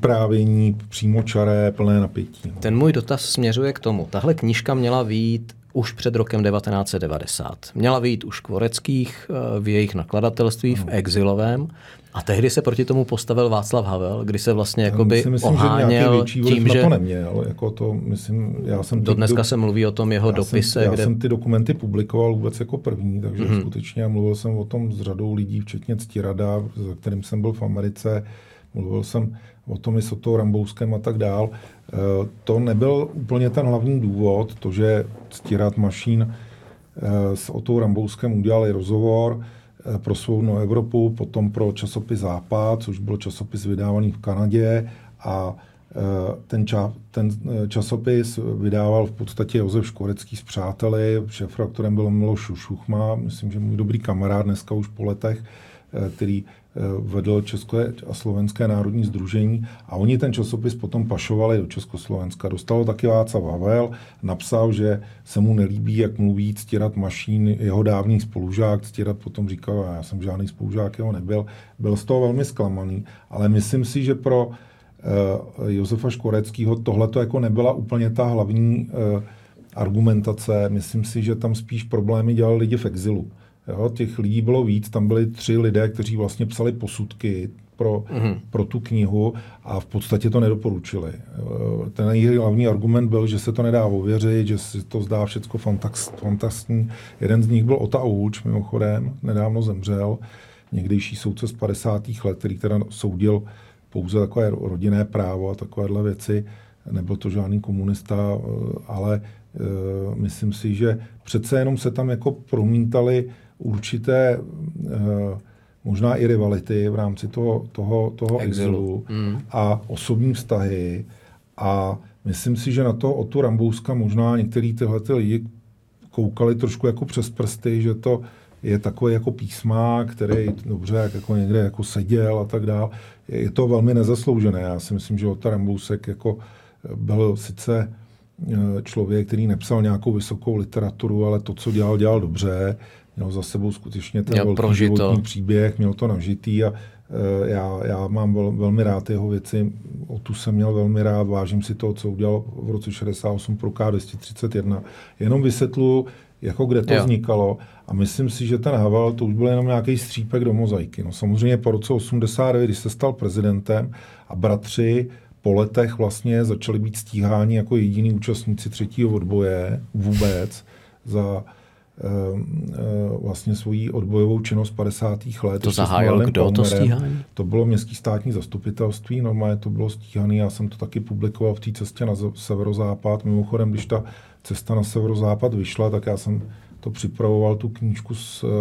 vyprávění, přímočaré, plné napětí. Ten můj dotaz směřuje k tomu. Tahle knížka měla vyjít už před rokem 1990. Měla vyjít u Škvoreckých v jejich nakladatelství v exilovém a tehdy se proti tomu postavil Václav Havel, kdy se vlastně jakoby oháněl tím, že... to neměl. Jako to, myslím, dneska se mluví o tom jeho dopise. Já jsem ty dokumenty publikoval vůbec jako první, takže skutečně mluvil jsem o tom s řadou lidí, včetně Ctirada, za kterým jsem byl v Americe. Mluvil jsem o tom i s Ottou Rambouskem a tak dál. To nebyl úplně ten hlavní důvod, to, že Ctirad Mašín s Ottou Rambouskem udělali rozhovor pro Svobodnou Evropu, potom pro časopis Západ, což byl časopis vydávaný v Kanadě a ten časopis vydával v podstatě Josef Škvorecký s přáteli, šéfredaktorem byl Miloš Šuchma, myslím, že můj dobrý kamarád dneska už po letech, který vedl České a Slovenské národní sdružení a oni ten časopis potom pašovali do Československa. Dostalo taky Václav Havel, napsal, že se mu nelíbí, jak mluví Ctirad Mašín, jeho dávný spolužák. Ctirad potom říkal, já jsem žádný spolužák, jeho nebyl. Byl z toho velmi zklamaný, ale myslím si, že pro Josefa Škvoreckého tohleto jako nebyla úplně ta hlavní argumentace. Myslím si, že tam spíš problémy dělali lidi v exilu. Jo, těch lidí bylo víc, tam byli 3 lidé, kteří vlastně psali posudky pro tu knihu a v podstatě to nedoporučili. Ten jejich hlavní argument byl, že se to nedá ověřit, že se to zdá všecko fantastní. Jeden z nich byl Ota Ouč, mimochodem, nedávno zemřel, někdejší soudce z 50. let, který teda soudil pouze takové rodinné právo a takovéhle věci. Nebyl to žádný komunista, ale myslím si, že přece jenom se tam jako promítaly určité možná i rivality v rámci toho exilu a osobní vztahy. A myslím si, že na to Otu Rambouska možná některý tyhle lidi koukali trošku jako přes prsty, že to je takový jako písmák, který dobře jako někde jako seděl a tak dál. Je to velmi nezasloužené. Já si myslím, že Ota Rambousek jako byl sice člověk, který nepsal nějakou vysokou literaturu, ale to, co dělal dobře. Měl za sebou skutečně ten velký životní příběh, měl to nažitý a já mám velmi rád jeho věci. Otu jsem měl velmi rád, vážím si toho, co udělal v roce 68 pro K231. Jenom vysvětluji, jako kde to vznikalo a myslím si, že ten Havel to už byl jenom nějaký střípek do mozaiky. No samozřejmě po roce 89, když se stal prezidentem a bratři po letech vlastně začali být stíháni jako jediní účastníci 3. odboje vůbec za vlastně svoji odbojovou činnost 50. let. To zahájil kdo to stíhání? To bylo Městské státní zastupitelství, normálně to bylo stíhané, já jsem to taky publikoval v té cestě na severozápad. Mimochodem, když ta cesta na severozápad vyšla, tak já jsem to připravoval, tu knížku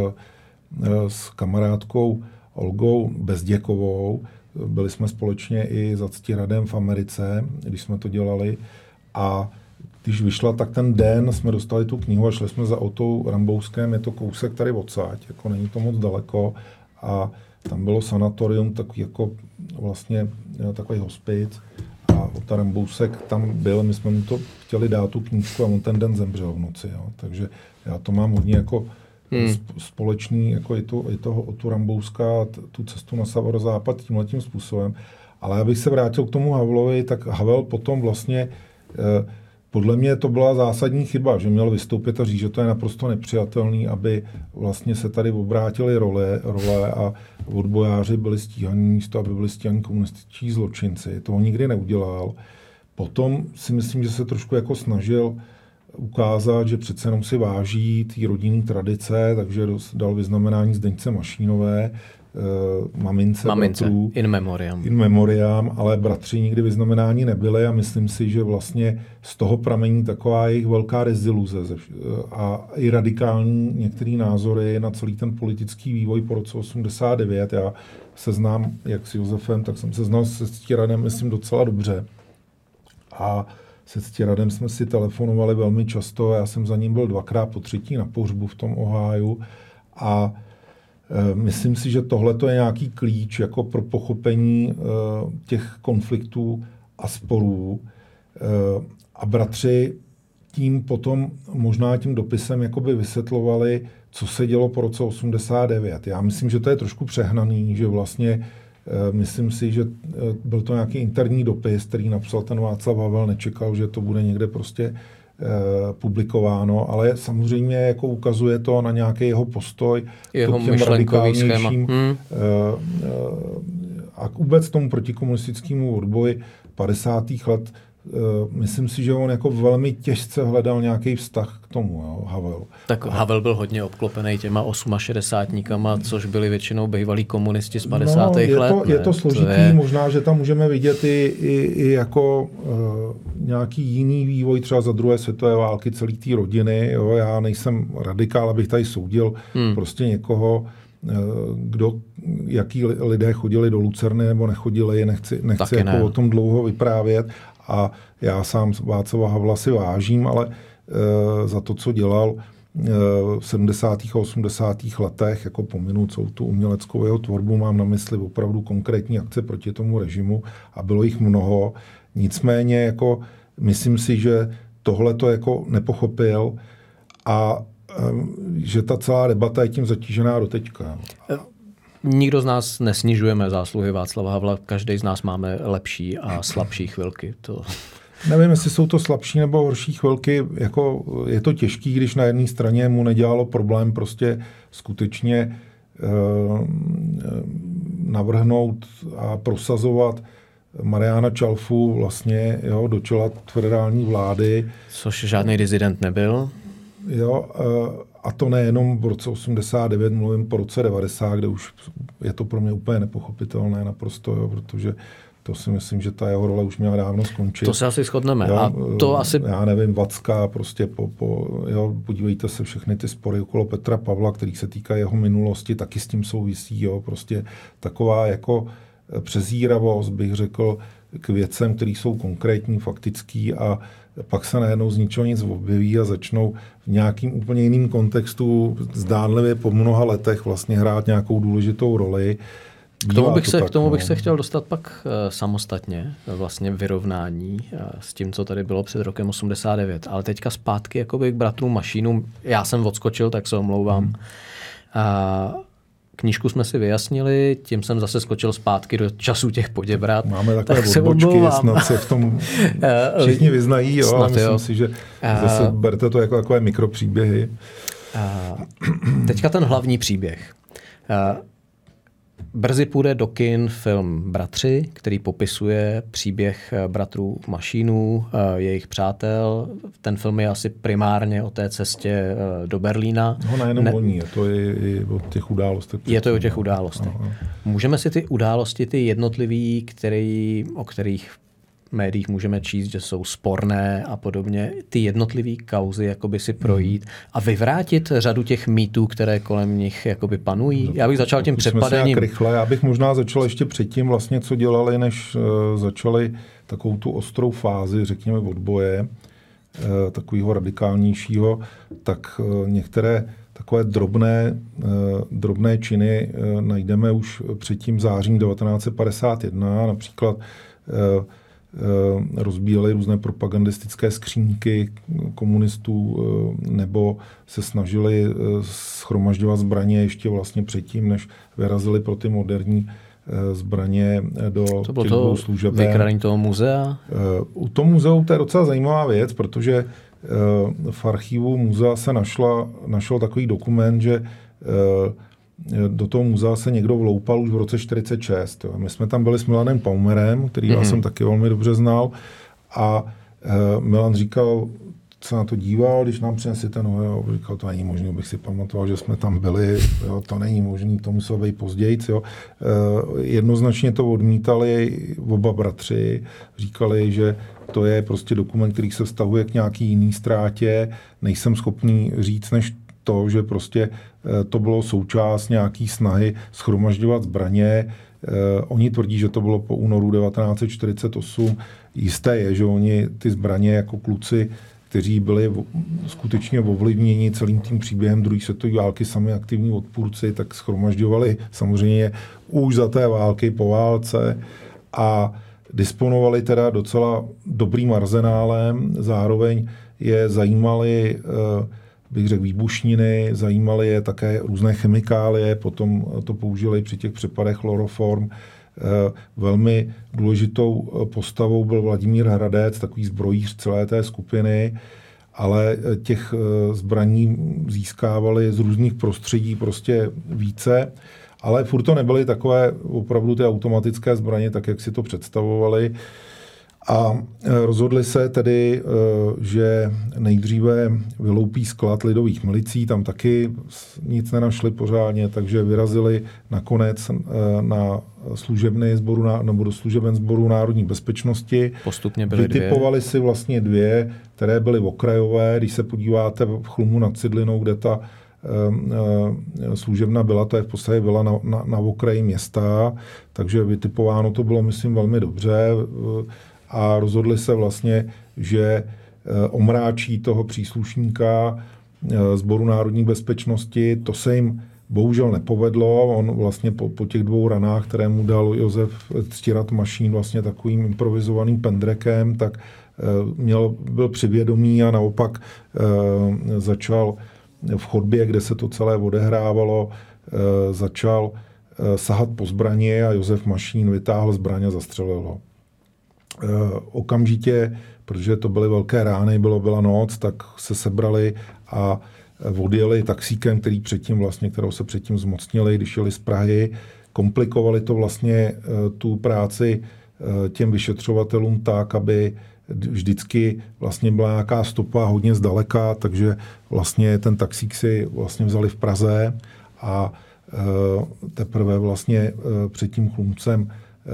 s kamarádkou Olgou Bezděkovou. Byli jsme společně i za Ctiradem v Americe, když jsme to dělali a když vyšla, tak ten den jsme dostali tu knihu a šli jsme za Otou Rambouskem, je to kousek tady odsáď, jako není to moc daleko a tam bylo sanatorium, takový jako vlastně takový hospic a Ota Rambousek tam byl, my jsme mu to chtěli dát tu knížku a on ten den zemřel v noci, jo. Takže já to mám hodně jako společný, jako i toho Otu Rambouska, tu cestu na severozápad tímhletím způsobem. Ale abych se vrátil k tomu Havelovi, tak Havel potom vlastně podle mě to byla zásadní chyba, že měl vystoupit a říct, že to je naprosto nepřijatelný, aby vlastně se tady obrátily role a odbojáři byli stíhaní místo, aby byli stíhaní komunističtí zločinci. To on nikdy neudělal. Potom si myslím, že se trošku jako snažil ukázat, že přece jenom si váží té rodinné tradice, takže dal vyznamenání Zdeňce Mašínové, mamince bratrů, in memoriam, ale bratři nikdy vyznamenání nebyli a myslím si, že vlastně z toho pramení taková jejich velká deziluze a i radikální některé názory na celý ten politický vývoj po roce 89. Já se znám jak s Josefem, tak jsem se znal se Ctiradem, myslím, docela dobře. A se Ctiradem jsme si telefonovali velmi často, já jsem za ním byl 2krát po 3. na pohřbu v tom Ohiu a myslím si, že tohle je nějaký klíč jako pro pochopení těch konfliktů a sporů. A bratři tím potom možná tím dopisem jakoby vysvětlovali, co se dělo po roce 89. Já myslím, že to je trošku přehnaný, že vlastně myslím si, že byl to nějaký interní dopis, který napsal ten Václav Havel, nečekal, že to bude někde prostě publikováno, ale samozřejmě jako ukazuje to na nějaký jeho postoj jeho k těm radikálnějším a vůbec tomu protikomunistickému odboji 50. let. Myslím si, že on jako velmi těžce hledal nějaký vztah k tomu, jo, Havel. Tak Havel byl hodně obklopený těma 68, což byli většinou bývalí komunisti z 50. let. Je to složitý, možná, že tam můžeme vidět i jako nějaký jiný vývoj třeba za druhé světové války celý té rodiny. Jo. Já nejsem radikál, abych tady soudil prostě někoho, jaký lidé chodili do Lucerny nebo nechodili, nechci jako o tom dlouho vyprávět. A já sám Václava Havla si vážím, ale za to, co dělal v 70. a 80. letech, jako pominu celou tu uměleckou jeho tvorbu, mám na mysli opravdu konkrétní akce proti tomu režimu a bylo jich mnoho. Nicméně jako myslím si, že tohle to jako nepochopil a že ta celá debata je tím zatížená doteďka. Nikdo z nás nesnižujeme zásluhy Václava Havla, každý z nás máme lepší a slabší chvilky. Nevím, jestli jsou to slabší nebo horší chvilky. Jako je to těžký, když na jedné straně mu nedělalo problém prostě skutečně navrhnout a prosazovat Mariana Čalfu vlastně do čela federální vlády. Což žádný dizident nebyl. Jo, a to nejenom v roce 89, mluvím po roce 90, kde už je to pro mě úplně nepochopitelné naprosto, jo, protože to si myslím, že ta jeho role už měla dávno skončit. To se asi shodneme. Jo, a to asi... Já nevím, Vacka, prostě podívejte se všechny ty spory okolo Petra Pavla, který se týká jeho minulosti, taky s tím souvisí, jo, prostě taková jako přezíravost, bych řekl, k věcem, které jsou konkrétní, faktický a pak se najednou z ničeho nic objeví a začnou v nějakým úplně jiným kontextu zdánlivě po mnoha letech vlastně hrát nějakou důležitou roli. K tomu bych se chtěl dostat pak samostatně, vlastně vyrovnání s tím, co tady bylo před rokem 89. Ale teďka zpátky jakoby k bratrům Mašínům. Já jsem odskočil, tak se omlouvám. Knížku jsme si vyjasnili, tím jsem zase skočil zpátky do času těch Poděbrat. Máme takové odbočky, snad se v tom všichni vyznají, jo, a myslím si, že zase berte to jako takové mikropříběhy. Teďka ten hlavní příběh. Brzy půjde do kin film Bratři, který popisuje příběh bratrů Mašínů, jejich přátel. Ten film je asi primárně o té cestě do Berlína. No nejenom o ní, je to i o těch událostech. Je to o těch událostech. Aha. Můžeme si ty události, ty jednotlivý, o kterých médiích můžeme číst, že jsou sporné a podobně, ty jednotlivý kauzy jakoby si projít a vyvrátit řadu těch mýtů, které kolem nich jakoby panují. Já bych začal tím předpadením. Rychle. Já bych možná začal ještě předtím vlastně, co dělali, než začali takovou tu ostrou fázi, řekněme, odboje, takového radikálnějšího, tak některé takové drobné činy najdeme už před tím zářím 1951, například rozbíjeli různé propagandistické skřínky komunistů nebo se snažili shromažďovat zbraně ještě vlastně předtím, než vyrazili pro ty moderní zbraně do těch dvou služeben. To bylo vykradení toho muzea? U toho muzeu to je docela zajímavá věc, protože v archivu muzea se našel takový dokument, že do toho muzea se někdo vloupal už v roce 1946. My jsme tam byli s Milanem Paumerem, který já jsem taky velmi dobře znal, a Milan říkal, co na to díval, když nám přinesli no, říkal, to není možné, bych si pamatoval, že jsme tam byli, jo, to není možné, to muselo být později. Jednoznačně to odmítali oba bratři, říkali, že to je prostě dokument, který se vztahuje k nějaký jiný ztrátě, nejsem schopný říct, než to, že prostě to bylo součást nějaký snahy shromažďovat zbraně. Oni tvrdí, že to bylo po únoru 1948. Jisté je, že oni ty zbraně jako kluci, kteří byli skutečně ovlivněni celým tím příběhem druhé světové války, sami aktivní odpůrci, tak shromažďovali samozřejmě už za té války, po válce a disponovali teda docela dobrým arzenálem. Zároveň je zajímaly bych řekl výbušniny, zajímaly je také různé chemikálie, potom to použili při těch přepadech chloroform. Velmi důležitou postavou byl Vladimír Hradec, takový zbrojíř celé té skupiny. ale těch zbraní získávali z různých prostředí prostě více, ale furt to nebyly takové opravdu ty automatické zbraně, tak jak si to představovali. A rozhodli se tedy, že nejdříve vyloupí sklad lidových milicí, tam taky nic nenašli pořádně, takže vyrazili nakonec na služebny sboru, nebo do služeben sboru národní bezpečnosti. Postupně byly vytipovali si vlastně dvě, které byly okrajové. Když se podíváte v Chlumu nad Cidlinou, kde ta služebna byla, to je v podstatě byla na okraji města, takže vytipováno to bylo, myslím, velmi dobře. A rozhodli se vlastně, že omráčí toho příslušníka sboru národní bezpečnosti. To se jim bohužel nepovedlo. On vlastně po těch 2 ranách, které mu dal Josef Ctirat Mašín vlastně takovým improvizovaným pendrekem, tak byl přivědomý a naopak začal v chodbě, kde se to celé odehrávalo, začal sahat po zbraně a Josef Mašín vytáhl zbraň a zastřelil ho. Okamžitě, protože to byly velké rány, byla noc, tak se sebrali a odjeli taxíkem, kterou se předtím zmocnili, když jeli z Prahy. Komplikovali to vlastně tu práci těm vyšetřovatelům tak, aby vždycky vlastně byla nějaká stopa hodně zdaleka, takže vlastně ten taxík si vlastně vzali v Praze a teprve vlastně před tím Chlumcem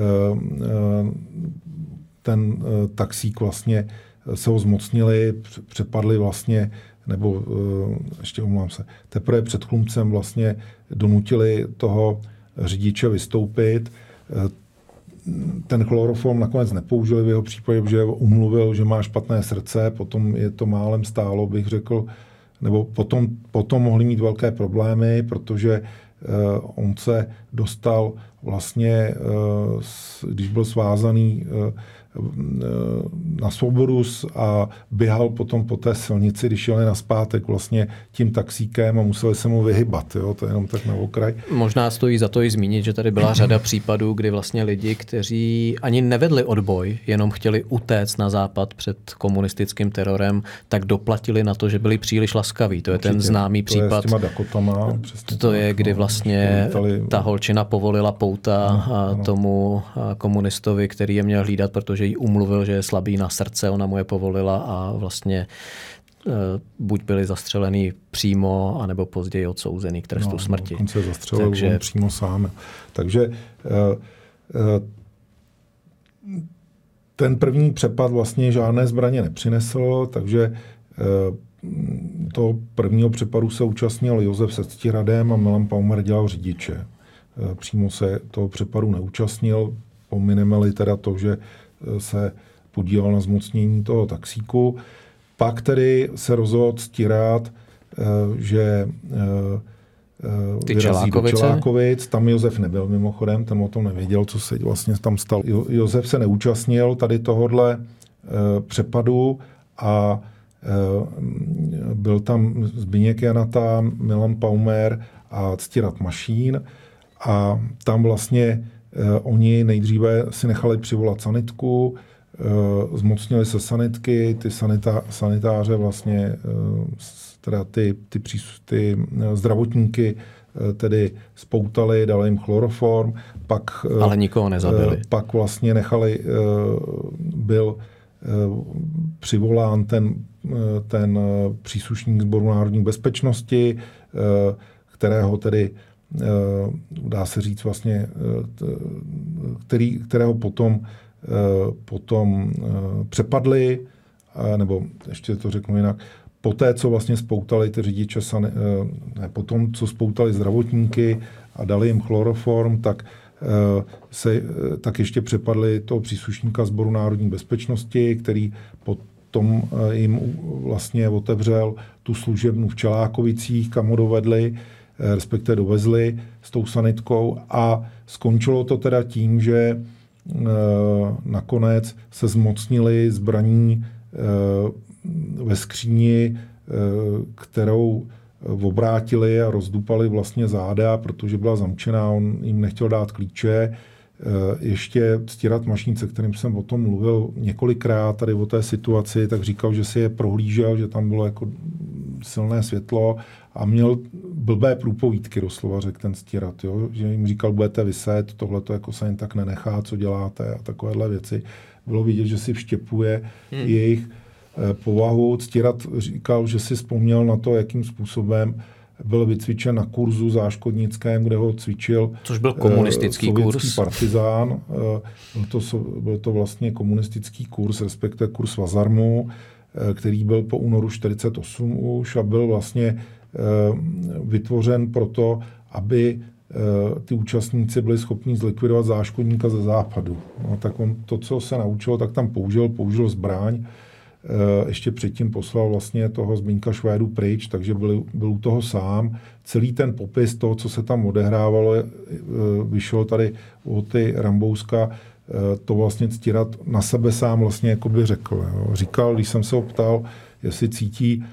ten taxík vlastně se ho zmocnili, přepadli vlastně, nebo ještě omlouvám se, teprve před Chlumcem vlastně donutili toho řidiče vystoupit. Ten chloroform nakonec nepoužili v jeho případě, protože umluvil, že má špatné srdce, potom je to málem stálo, bych řekl, nebo potom mohli mít velké problémy, protože on se dostal vlastně, když byl svázaný na svobodu a běhal potom po té silnici, když jeli nazpátek vlastně tím taxíkem a museli se mu vyhybat. Jo? To je jenom tak na okraj. Možná stojí za to i zmínit, že tady byla řada případů, kdy vlastně lidi, kteří ani nevedli odboj, jenom chtěli utéct na západ před komunistickým terorem, tak doplatili na to, že byli příliš laskaví. To je ten známý případ. To je s těma Dakotama. To je, kdy vlastně ta holčina povolila pouta tomu komunistovi, který je měl hlídat, protože jí umluvil, že je slabý na srdce, ona mu je povolila a vlastně buď byli zastřelený přímo, anebo později odsouzený k trestu smrti. On se zastřelil on přímo sám. Takže ten první přepad vlastně žádné zbraně nepřinesl, takže toho prvního přepadu se účastnil Josef se Ctiradem a Milan Paumer dělal řidiče. Přímo se toho přepadu neúčastnil, pomineme-li teda to, že se podílel na zmocnění toho taxíku. Pak tedy se rozhodl Ctirad, že vyrazí do Čelákovic. Tam Josef nebyl mimochodem, ten o tom nevěděl, co se vlastně tam stalo. Josef se neúčastnil tady tohodle přepadu a byl tam Zbyněk Janata, Milan Paumer a Ctirat Mašín a tam vlastně oni nejdříve si nechali přivolat sanitku, zmocnili se sanitky, ty sanitáře vlastně, teda ty zdravotníky tedy spoutali, dali jim chloroform, pak... Ale nikoho nezabili. Pak vlastně nechali, byl přivolán ten příslušník sboru národní bezpečnosti, kterého tedy dá se říct vlastně, kterého potom přepadli, nebo ještě to řeknu jinak, poté, co vlastně spoutali ty řidiče, potom, co spoutali zdravotníky a dali jim chloroform, tak ještě přepadli toho příslušníka sboru národní bezpečnosti, který potom jim vlastně otevřel tu služebnu v Čelákovicích, kam ho dovedli, respektive dovezli s tou sanitkou a skončilo to teda tím, že nakonec se zmocnili zbraní ve skříni, kterou obrátili a rozdupali vlastně záda, protože byla zamčená, on jim nechtěl dát klíče, ještě Ctirad Mašín, se kterým jsem o tom mluvil několikrát tady o té situaci, tak říkal, že si je prohlížel, že tam bylo jako silné světlo a měl blbé průpovídky, doslova řekl ten Ctirad, jo? Že jim říkal, budete vyset, tohle to jako se jen tak nenechá, co děláte a takovéhle věci. Bylo vidět, že si vštěpuje jejich povahu. Ctirad říkal, že si vzpomněl na to, jakým způsobem byl vycvičen na kurzu záškodnickém, kde ho cvičil což byl komunistický sovětský kurz. partizán. Byl to vlastně komunistický kurz, respektive kurz Vazarmu, který byl po únoru 1948 už a byl vlastně vytvořen proto, aby ty účastníci byli schopni zlikvidovat záškodníka ze západu. No, tak on to, co se naučil, tak tam použil zbraň. Ještě předtím poslal vlastně toho Zbyňka Švédu pryč, takže byl u toho sám. Celý ten popis toho, co se tam odehrávalo, vyšel tady od ty Rambouska, to vlastně Ctirad na sebe sám vlastně jakoby řekl. Jo. Říkal, když jsem se ho ptal, jestli cítí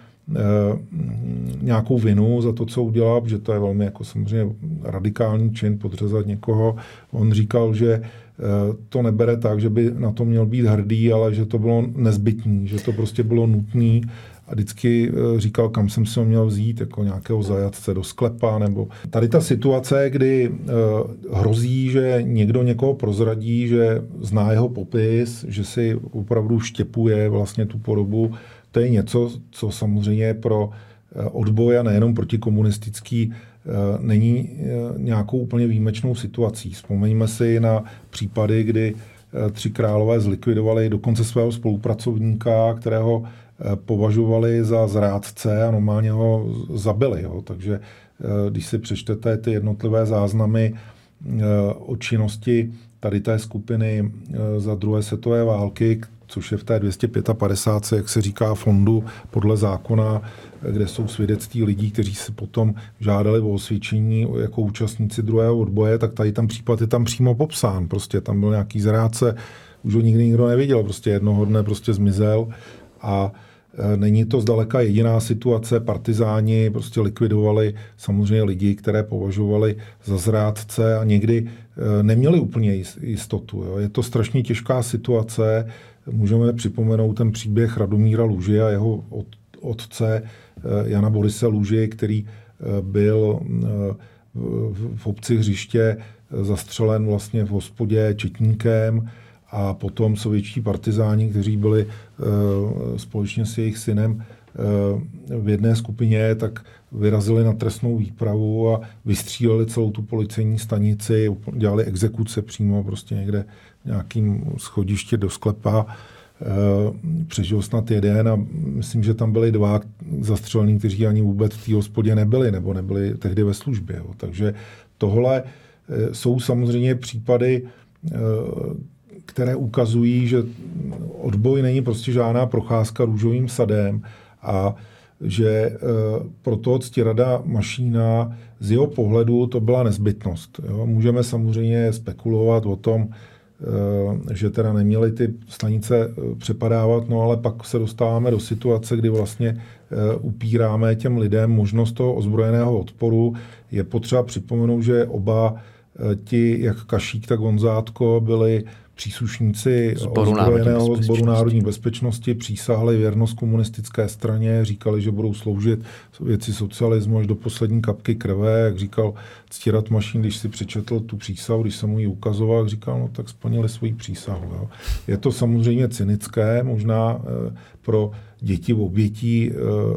nějakou vinu za to, co udělal, že to je velmi jako samozřejmě radikální čin podřezat někoho. On říkal, že to nebere tak, že by na to měl být hrdý, ale že to bylo nezbytný, že to prostě bylo nutný a vždycky říkal, kam jsem si ho měl vzít, jako nějakého zajatce do sklepa, nebo tady ta situace, kdy hrozí, že někdo někoho prozradí, že zná jeho popis, že si opravdu štěpuje vlastně tu podobu, to je něco, co samozřejmě pro odboj a nejenom protikomunistický není nějakou úplně výjimečnou situací. Vzpomeňme si na případy, kdy Tři králové zlikvidovali dokonce svého spolupracovníka, kterého považovali za zrádce a normálně ho zabili. Jo. Takže když si přečtete ty jednotlivé záznamy o činnosti tady té skupiny za druhé světové války, což je v té 255, jak se říká, fondu podle zákona, kde jsou svědectví lidí, kteří se potom žádali o osvědčení jako účastníci druhého odboje, tak tady ten případ je tam přímo popsán. Prostě tam byl nějaký zrádce, už ho nikdy nikdo neviděl, prostě jednoho dne prostě zmizel a není to zdaleka jediná situace. Partizáni prostě likvidovali samozřejmě lidi, které považovali za zrádce a někdy neměli úplně jistotu. Jo. Je to strašně těžká situace. Můžeme připomenout ten příběh Radomíra Luži a jeho otce Jana Borise Luži, který byl v obci Hřiště zastřelen vlastně v hospodě četníkem a potom sovětští partizáni, kteří byli společně s jejich synem v jedné skupině, tak vyrazili na trestnou výpravu a vystříleli celou tu policejní stanici, dělali exekuce přímo prostě někde nějakým schodiště do sklepa. Přežil snad jeden a myslím, že tam byli dva zastřelení, kteří ani vůbec v té hospodě nebyli, nebo nebyli tehdy ve službě. Jo. Takže tohle jsou samozřejmě případy, které ukazují, že odboj není prostě žádná procházka růžovým sadem a že pro toho Ctirada Mašína z jeho pohledu to byla nezbytnost. Jo. Můžeme samozřejmě spekulovat o tom, že teda neměli ty stanice přepadávat, no ale pak se dostáváme do situace, kdy vlastně upíráme těm lidem možnost toho ozbrojeného odporu. Je potřeba připomenout, že oba ti, jak Kašík, tak Honzátko, byli příslušníci ozbrojeného sboru národní bezpečnosti, přísahali věrnost komunistické straně, říkali, že budou sloužit věci socialismu až do poslední kapky krve. Jak říkal Ctirad Mašín, když si přečetl tu přísahu, když jsem mu ji ukazoval, říkal, no tak splnili svoji přísahu. Jo. Je to samozřejmě cynické, možná pro děti obětí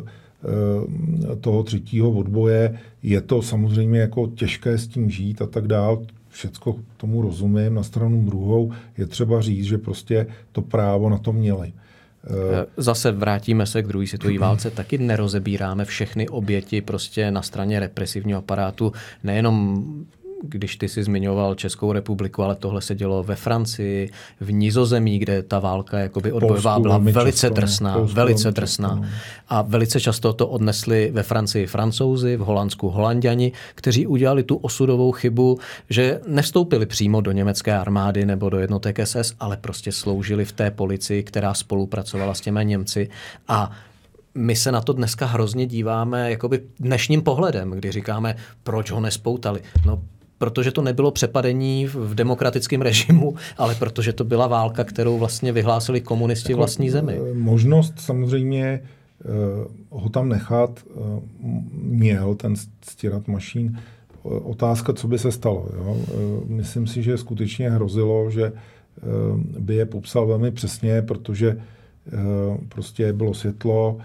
toho třetího odboje. Je to samozřejmě jako těžké s tím žít a tak dál. Všecko tomu rozumím. Na stranu druhou je třeba říct, že prostě to právo na to měli. Zase vrátíme se k druhé světové válce, taky nerozebíráme všechny oběti prostě na straně represivního aparátu, nejenom když ty si zmiňoval Českou republiku, ale tohle se dělo ve Francii, v Nizozemí, kde ta válka jakoby odbojová byla velice drsná. A velice často to odnesli ve Francii Francouzi, v Holandsku Holanďani, kteří udělali tu osudovou chybu, že nevstoupili přímo do německé armády nebo do jednotek SS, ale prostě sloužili v té policii, která spolupracovala s těmi Němci. A my se na to dneska hrozně díváme jakoby dnešním pohledem, kdy říkáme, proč ho nespoutali. No, protože to nebylo přepadení v demokratickém režimu, ale protože to byla válka, kterou vlastně vyhlásili komunisti vlastní zemi. Možnost samozřejmě ho tam nechat měl ten Ctirad Mašín. Otázka, co by se stalo. Jo? Myslím si, že skutečně hrozilo, že by je popsal velmi přesně, protože prostě bylo světlo.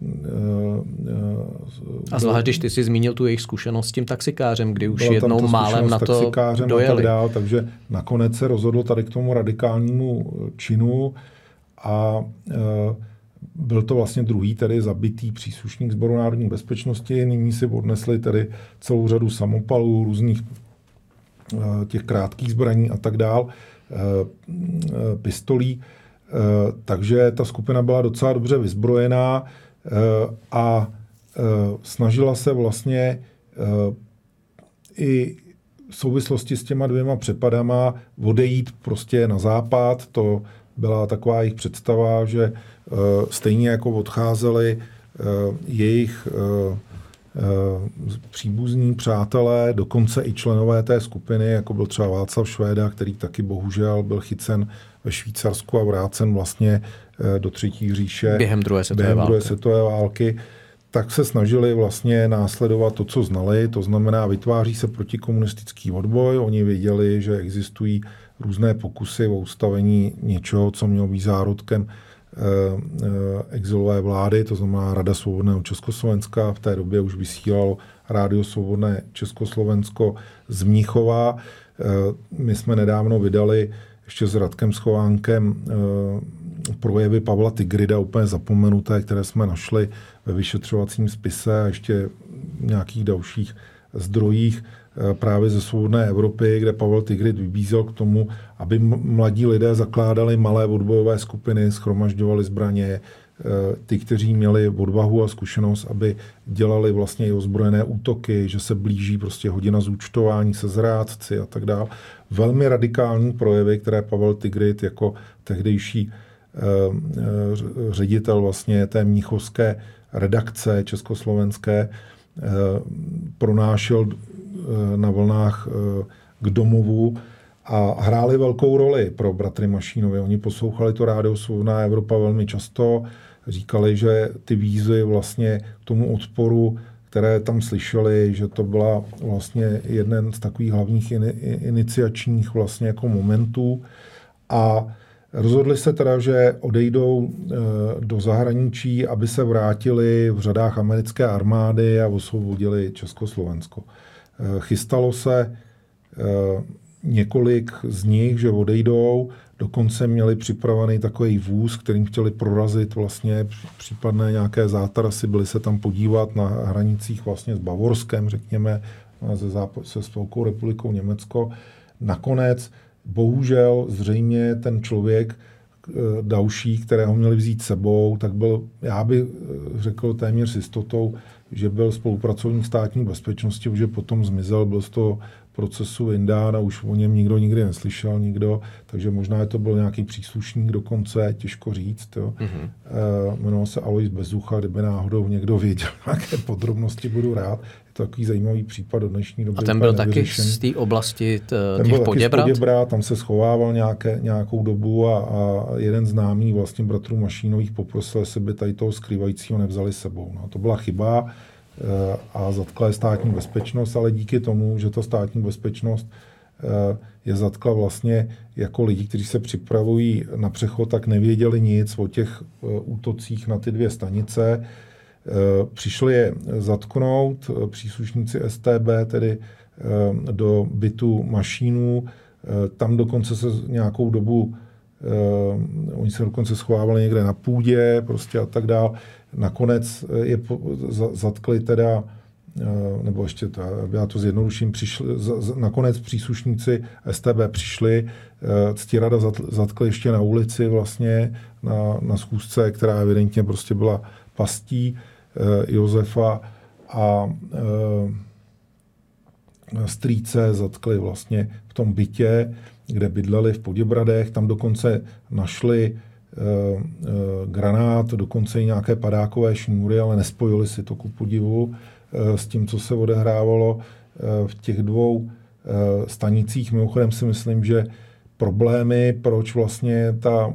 A zvlášť, když ty jsi zmínil tu jejich zkušenost s tím taxikářem, kdy už jednou málem na to dojeli. Tak dál, takže nakonec se rozhodlo tady k tomu radikálnímu činu a byl to vlastně druhý tedy zabitý příslušník Sboru národní bezpečnosti. Nyní si odnesli tedy celou řadu samopalů, různých těch krátkých zbraní a tak dál, pistolí. Takže ta skupina byla docela dobře vyzbrojená a snažila se vlastně i v souvislosti s těma dvěma přepadama odejít prostě na západ. To byla taková jejich představa, že stejně jako odcházeli jejich příbuzní přátelé, dokonce i členové té skupiny, jako byl třeba Václav Švéda, který taky bohužel byl chycen ve Švýcarsku a vrácen vlastně do Třetí říše během druhé světové války, tak se snažili vlastně následovat to, co znali, to znamená vytváří se protikomunistický odboj. Oni věděli, že existují různé pokusy o ustavení něčeho, co mělo být zárodkem exilové vlády, to znamená Rada svobodného Československa. V té době už vysílalo Rádio Svobodné Československo z Mnichova. My jsme nedávno vydali ještě s Radkem Schovánkem projevy Pavla Tigrida, úplně zapomenuté, které jsme našli ve vyšetřovacím spise a ještě v nějakých dalších zdrojích právě ze Svobodné Evropy, kde Pavel Tigrid vybízel k tomu, aby mladí lidé zakládali malé odbojové skupiny, shromažďovali zbraně, ty, kteří měli odvahu a zkušenost, aby dělali vlastně i ozbrojené útoky, že se blíží prostě hodina zúčtování se zrádci a tak dále. Velmi radikální projevy, které Pavel Tigrid jako tehdejší ředitel vlastně té mnichovské redakce československé pronášel na vlnách k domovu a hráli velkou roli pro bratry Mašínovi. Oni poslouchali to Rádio Svobodná Evropa velmi často, říkali, že ty výzvy vlastně k tomu odporu, které tam slyšeli, že to byla vlastně jeden z takových hlavních iniciačních vlastně jako momentů a rozhodli se teda, že odejdou do zahraničí, aby se vrátili v řadách americké armády a osvobodili Československo. Chystalo se několik z nich, že odejdou, dokonce měli připravený takový vůz, kterým chtěli prorazit vlastně případné nějaké zátarasy, byli se tam podívat na hranicích vlastně s Bavorskem, řekněme, se Spolkovou republikou Německo. Nakonec bohužel zřejmě ten člověk další, kterého měli vzít sebou, tak byl, já bych řekl téměř s jistotou, že byl spolupracovník státní bezpečnosti, že potom zmizel, byl z toho procesu vyndán a už o něm nikdo nikdy neslyšel, takže možná to byl nějaký příslušník dokonce, těžko říct. Jmenoval se Alois Bezucha, kdyby náhodou někdo věděl, jaké podrobnosti, budu rád. Je to takový zajímavý případ do dnešní doby. A ten byl taky z té oblasti těch Poděbrad? Tam se schovával nějakou dobu a jeden známý vlastně bratrů Mašínových poprosil, jestli by tady toho skrývajícího nevzali sebou. No, to byla chyba a zatkla je státní bezpečnost, ale díky tomu, že ta státní bezpečnost je zatkla vlastně jako lidi, kteří se připravují na přechod, tak nevěděli nic o těch útocích na ty dvě stanice. Přišli je zatknout příslušníci StB, tedy do bytu Mašínů. Tam dokonce se nějakou dobu oni se dokonce schovávali někde na půdě prostě a tak dál. Nakonec je zatkli teda, nebo ještě já to zjednoduším, nakonec příslušníci StB přišli, Ctirada zatkli ještě na ulici vlastně, na schůzce, která evidentně prostě byla pastí Josefa a strýce zatkli vlastně v tom bytě, kde bydleli v Poděbradech. Tam dokonce našli granát, dokonce i nějaké padákové šňůry, ale nespojili si to ku podivu s tím, co se odehrávalo v těch dvou stanicích. Mimochodem si myslím, že problémy, proč vlastně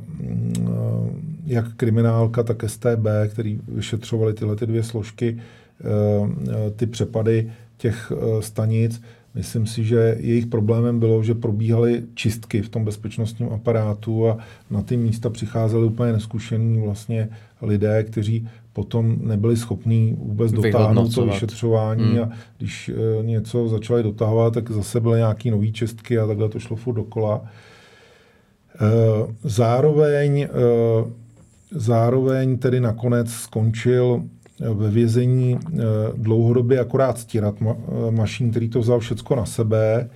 jak kriminálka, tak StB, který vyšetřovali tyhle ty dvě složky, ty přepady těch stanic, myslím si, že jejich problémem bylo, že probíhaly čistky v tom bezpečnostním aparátu a na ty místa přicházeli úplně neskušení vlastně lidé, kteří potom nebyli schopní vůbec dotáhnout to vyšetřování a když něco začali dotahovat, tak zase byly nějaký nový čistky a takhle to šlo furt dokola. Zároveň tedy nakonec skončil ve vězení dlouhodobě akorát Ctirad Mašín, který to vzal všecko na sebe.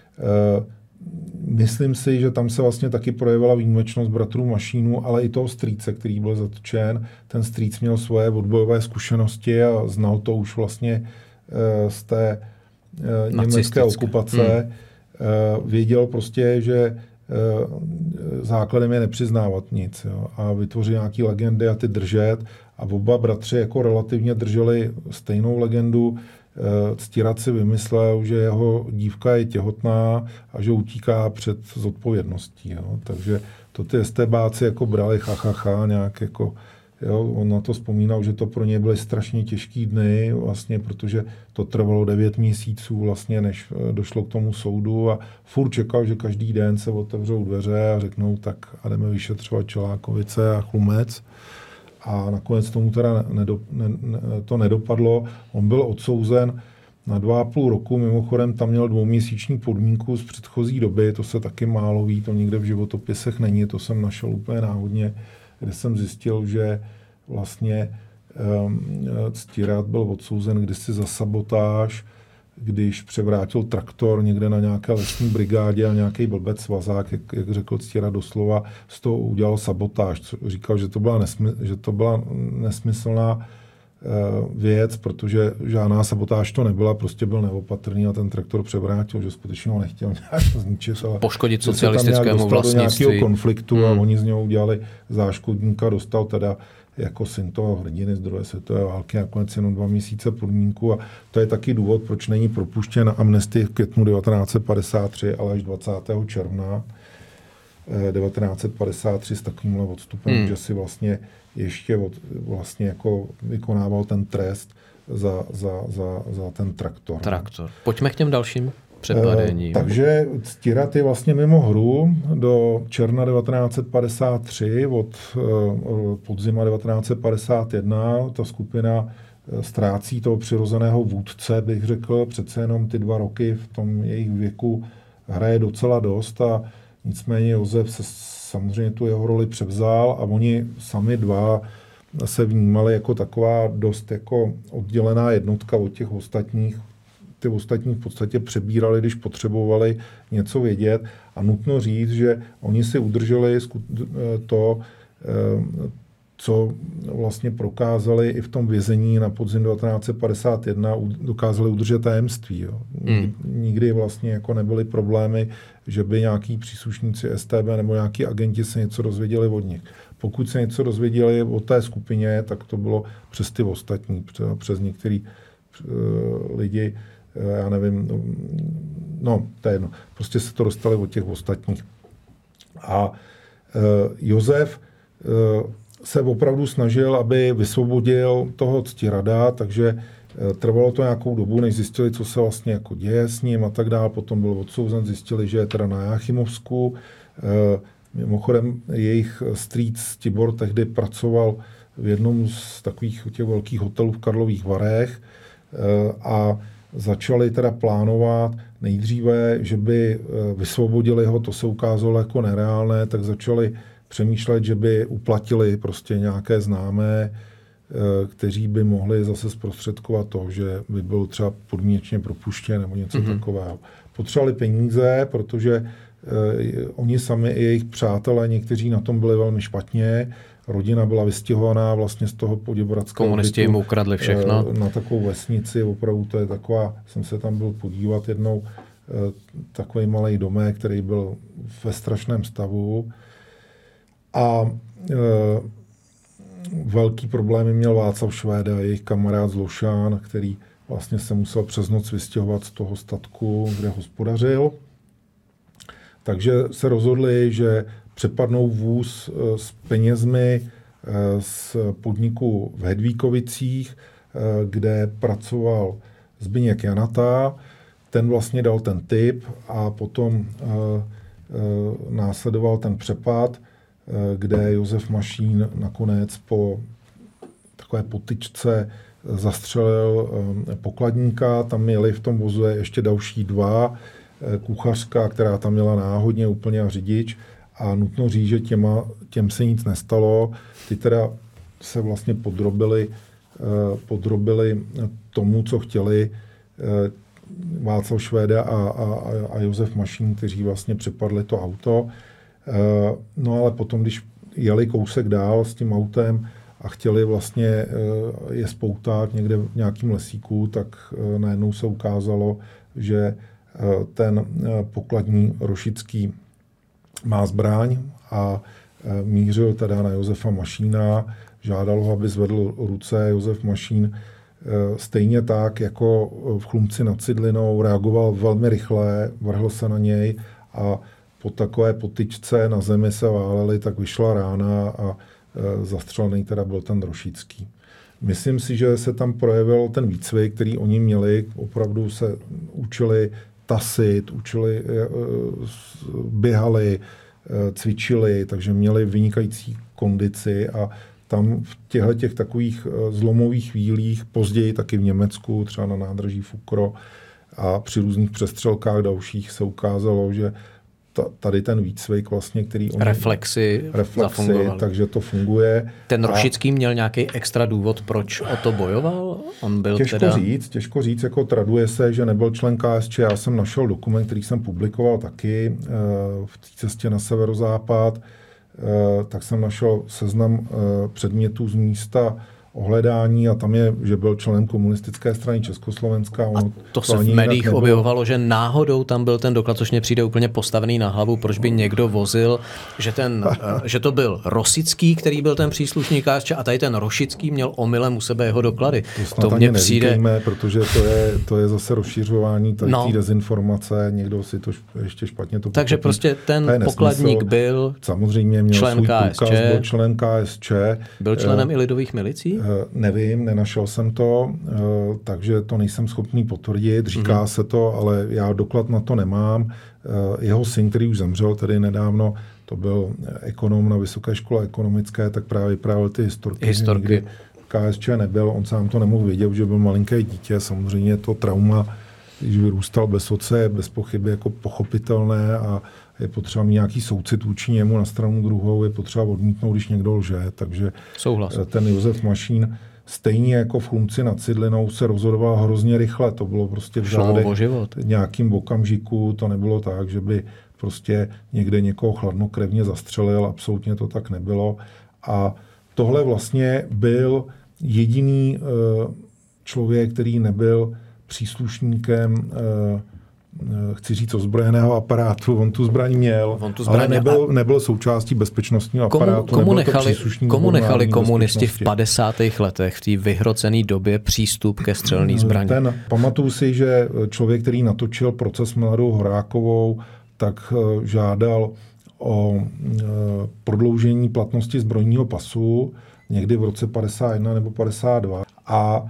Myslím si, že tam se vlastně taky projevila výjimečnost bratrů Mašínů, ale i toho strýce, který byl zatčen. Ten strýc měl svoje odbojové zkušenosti a znal to už vlastně z té německé okupace. Věděl prostě, že základem je nepřiznávat nic, jo, a vytvořit nějaký legendy a ty držet. A oba bratři jako relativně drželi stejnou legendu. Ctirad si vymyslel, že jeho dívka je těhotná a že utíká před zodpovědností. Jo. Takže to ty StBáci jako brali nějak jako, jo, on na to vzpomínal, že to pro ně byly strašně těžký dny, vlastně, protože to trvalo 9 měsíců, vlastně, než došlo k tomu soudu a furt čekal, že každý den se otevřou dveře a řeknou, tak a jdeme vyšetřovat Čelákovice a Chlumec. A nakonec tomu teda to nedopadlo. On byl odsouzen na 2,5 roku. Mimochodem tam měl 2měsíční podmínku z předchozí doby. To se taky málo ví, to nikde v životopisech není. To jsem našel úplně náhodně, kde jsem zjistil, že vlastně Ctirad byl odsouzen kdysi za sabotáž, když převrátil traktor někde na nějaké lesní brigádě a nějaký blbec svazák, jak řekl Ctirad doslova, z toho udělal sabotáž. Říkal, že to byla nesmyslná věc, protože žádná sabotáž to nebyla, prostě byl neopatrný a ten traktor převrátil, že skutečně ho nechtěl nějak zničit. Ale poškodit socialistickému vlastnictví. Do nějakého konfliktu a oni z něho udělali záškodníka, dostal teda jako syn toho hrdiny z druhé světové války nakonec jenom 2 měsíce podmínku a to je taky důvod, proč není propuštěn na amnestii v květnu 1953, ale až 20. června 1953 s takovýmhle odstupem, že si vlastně ještě vlastně jako vykonával ten trest za ten traktor. Pojďme k těm dalším přepadením. Takže Ctirad je vlastně mimo hru do června 1953, od podzima 1951. Ta skupina ztrácí toho přirozeného vůdce, bych řekl, přece jenom ty 2 roky v tom jejich věku hraje docela dost a nicméně Josef se samozřejmě tu jeho roli převzal a oni sami dva se vnímali jako taková dost jako oddělená jednotka od těch ostatních. Ty ostatní v podstatě přebírali, když potřebovali něco vědět. A nutno říct, že oni si udrželi to, co vlastně prokázali i v tom vězení na podzim 1951, dokázali udržet tajemství. Jo. Nikdy vlastně jako nebyly problémy, že by nějaký příslušníci StB nebo nějaký agenti se něco dozvěděli od nich. Pokud se něco dozvěděli o té skupině, tak to bylo přes ty ostatní, přes některý lidi, já nevím, no, to je jedno. Prostě se to dostali od těch ostatních. A Josef se opravdu snažil, aby vysvobodil toho Ctirada, takže trvalo to nějakou dobu, než zjistili, co se vlastně jako děje s ním a tak dále. Potom byl odsouzen, zjistili, že je teda na Jáchymovsku. Mimochodem jejich strýc Tibor tehdy pracoval v jednom z takových těch velkých hotelů v Karlových Varech a začali teda plánovat nejdříve, že by vysvobodili ho, to se ukázalo jako nereálné, tak začali přemýšlet, že by uplatili prostě nějaké známé, kteří by mohli zase zprostředkovat to, že by byl třeba podmínečně propuštěn nebo něco takového. Potřebovali peníze, protože oni sami i jejich přátelé, někteří na tom byli velmi špatně. Rodina byla vystěhovaná vlastně z toho Poděbradského komunisti jim ukradli všechno. Na takovou vesnici, opravdu to je taková, jsem se tam byl podívat jednou, takový malý domek, který byl ve strašném stavu. A velký problémy měl Václav Švéda, jejich kamarád z Lošán, který vlastně se musel přes noc vystěhovat z toho statku, kde hospodařil. Takže se rozhodli, že přepadnou vůz s penězmi z podniku v Hedvíkovicích, kde pracoval Zbyněk Janata. Ten vlastně dal ten tip a potom následoval ten přepad, kde Josef Mašín nakonec po takové potyčce zastřelil pokladníka. Tam jeli v tom vozu ještě další dva, kuchařka, která tam měla náhodně úplně a řidič. A nutno říct, že těm se nic nestalo. Ty teda se vlastně podrobili tomu, co chtěli Václav Švéda a Josef Mašín, kteří vlastně přepadli to auto. No ale potom, když jeli kousek dál s tím autem a chtěli vlastně je spoutat někde v nějakým lesíku, tak najednou se ukázalo, že ten pokladní Rošický má zbraň a mířil teda na Josefa Mašína, žádal ho, aby zvedl ruce. Josef Mašín stejně tak, jako v Chlumci nad Cidlinou, reagoval velmi rychle, vrhl se na něj a po takové potyčce na zemi se váleli, tak vyšla rána a zastřelený teda byl ten Rošický. Myslím si, že se tam projevil ten výcvik, který oni měli, opravdu se učili tasit, běhali, cvičili, takže měli vynikající kondici a tam v těchto takových zlomových chvílích, později taky v Německu, třeba na nádraží Fukro a při různých přestřelkách dalších se ukázalo, že tady ten výcvik vlastně, který oni... Reflexy zafungovaly. Takže to funguje. Ten Rošický měl nějaký extra důvod, proč o to bojoval? On byl těžko říct, jako traduje se, že nebyl člen KSČ. Já jsem našel dokument, který jsem publikoval taky v té cestě na severozápad. Tak jsem našel seznam předmětů z místa ohledání a tam je, že byl členem komunistické strany Československa. A to se v médiích objevovalo, že náhodou tam byl ten doklad, což mě přijde úplně postavený na hlavu, proč by někdo vozil, že to byl Rosický, který byl ten příslušník KSČ a tady ten Rošický měl omylem u sebe jeho doklady. To mě přijde, protože to je zase rozšiřování té dezinformace, někdo si to ještě špatně to Takže pochopí. Prostě ten pokladník byl samozřejmě měl člen svůj KSČ, průkaz, byl člen KSČ. Byl členem i lidových milicí? Nevím, nenašel jsem to, takže to nejsem schopný potvrdit. Říká se to, ale já doklad na to nemám. Jeho syn, který už zemřel tedy nedávno, to byl ekonom na Vysoké škole ekonomické, tak právě vyprávěl ty historky. KSČ nebyl, on sám to nemohl vědět, že byl malinké dítě. Samozřejmě to trauma, když vyrůstal bez otce, je bez pochyby jako pochopitelné a je potřeba mít nějaký soucit vůči němu, na stranu druhou je potřeba odmítnout, když někdo lže. Takže souhlas. Ten Josef Mašín stejně jako v Chlumci nad Cidlinou se rozhodoval hrozně rychle. To bylo prostě v řádech nějakým okamžiku. To nebylo tak, že by prostě někde někoho chladnokrevně zastřelil. Absolutně to tak nebylo. A tohle vlastně byl jediný člověk, který nebyl příslušníkem chci říct ozbrojeného aparátu, on tu zbraň měl, ale nebyl součástí bezpečnostního aparátu. Komu nechali komunisti v 50. letech, v té vyhrocené době přístup ke střelné zbrani? Pamatuju si, že člověk, který natočil Proces Mladou Horákovou, tak žádal o prodloužení platnosti zbrojního pasu někdy v roce 51 nebo 52 a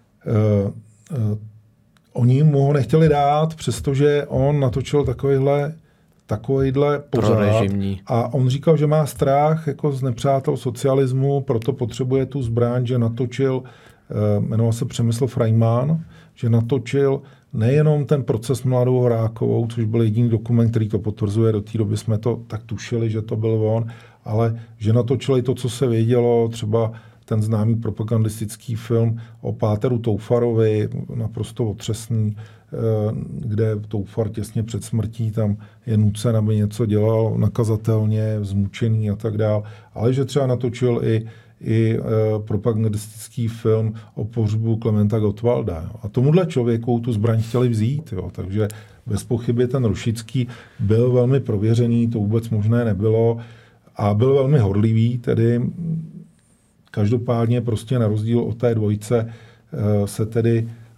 oni mu ho nechtěli dát, přestože on natočil takovýhle pořád. A on říkal, že má strach jako z nepřátel socialismu, proto potřebuje tu zbraň, že natočil, jmenoval se Přemysl Frajmán, že natočil nejenom ten Proces Mladou Horákovou, což byl jediný dokument, který to potvrzuje, do té doby jsme to tak tušili, že to byl on, ale že natočil i to, co se vědělo, třeba ten známý propagandistický film o páteru Toufarovi, naprosto otřesný, kde Toufar těsně před smrtí tam je nucen, aby něco dělal nakazatelně, zmučený a tak dále. Ale že třeba natočil i propagandistický film o pohřbu Klementa Gottwalda. A tomuhle člověku tu zbraň chtěli vzít. Jo. Takže bez pochyby ten Rošický byl velmi prověřený, to vůbec možné nebylo. A byl velmi horlivý, tedy každopádně prostě na rozdíl od té dvojice se tedy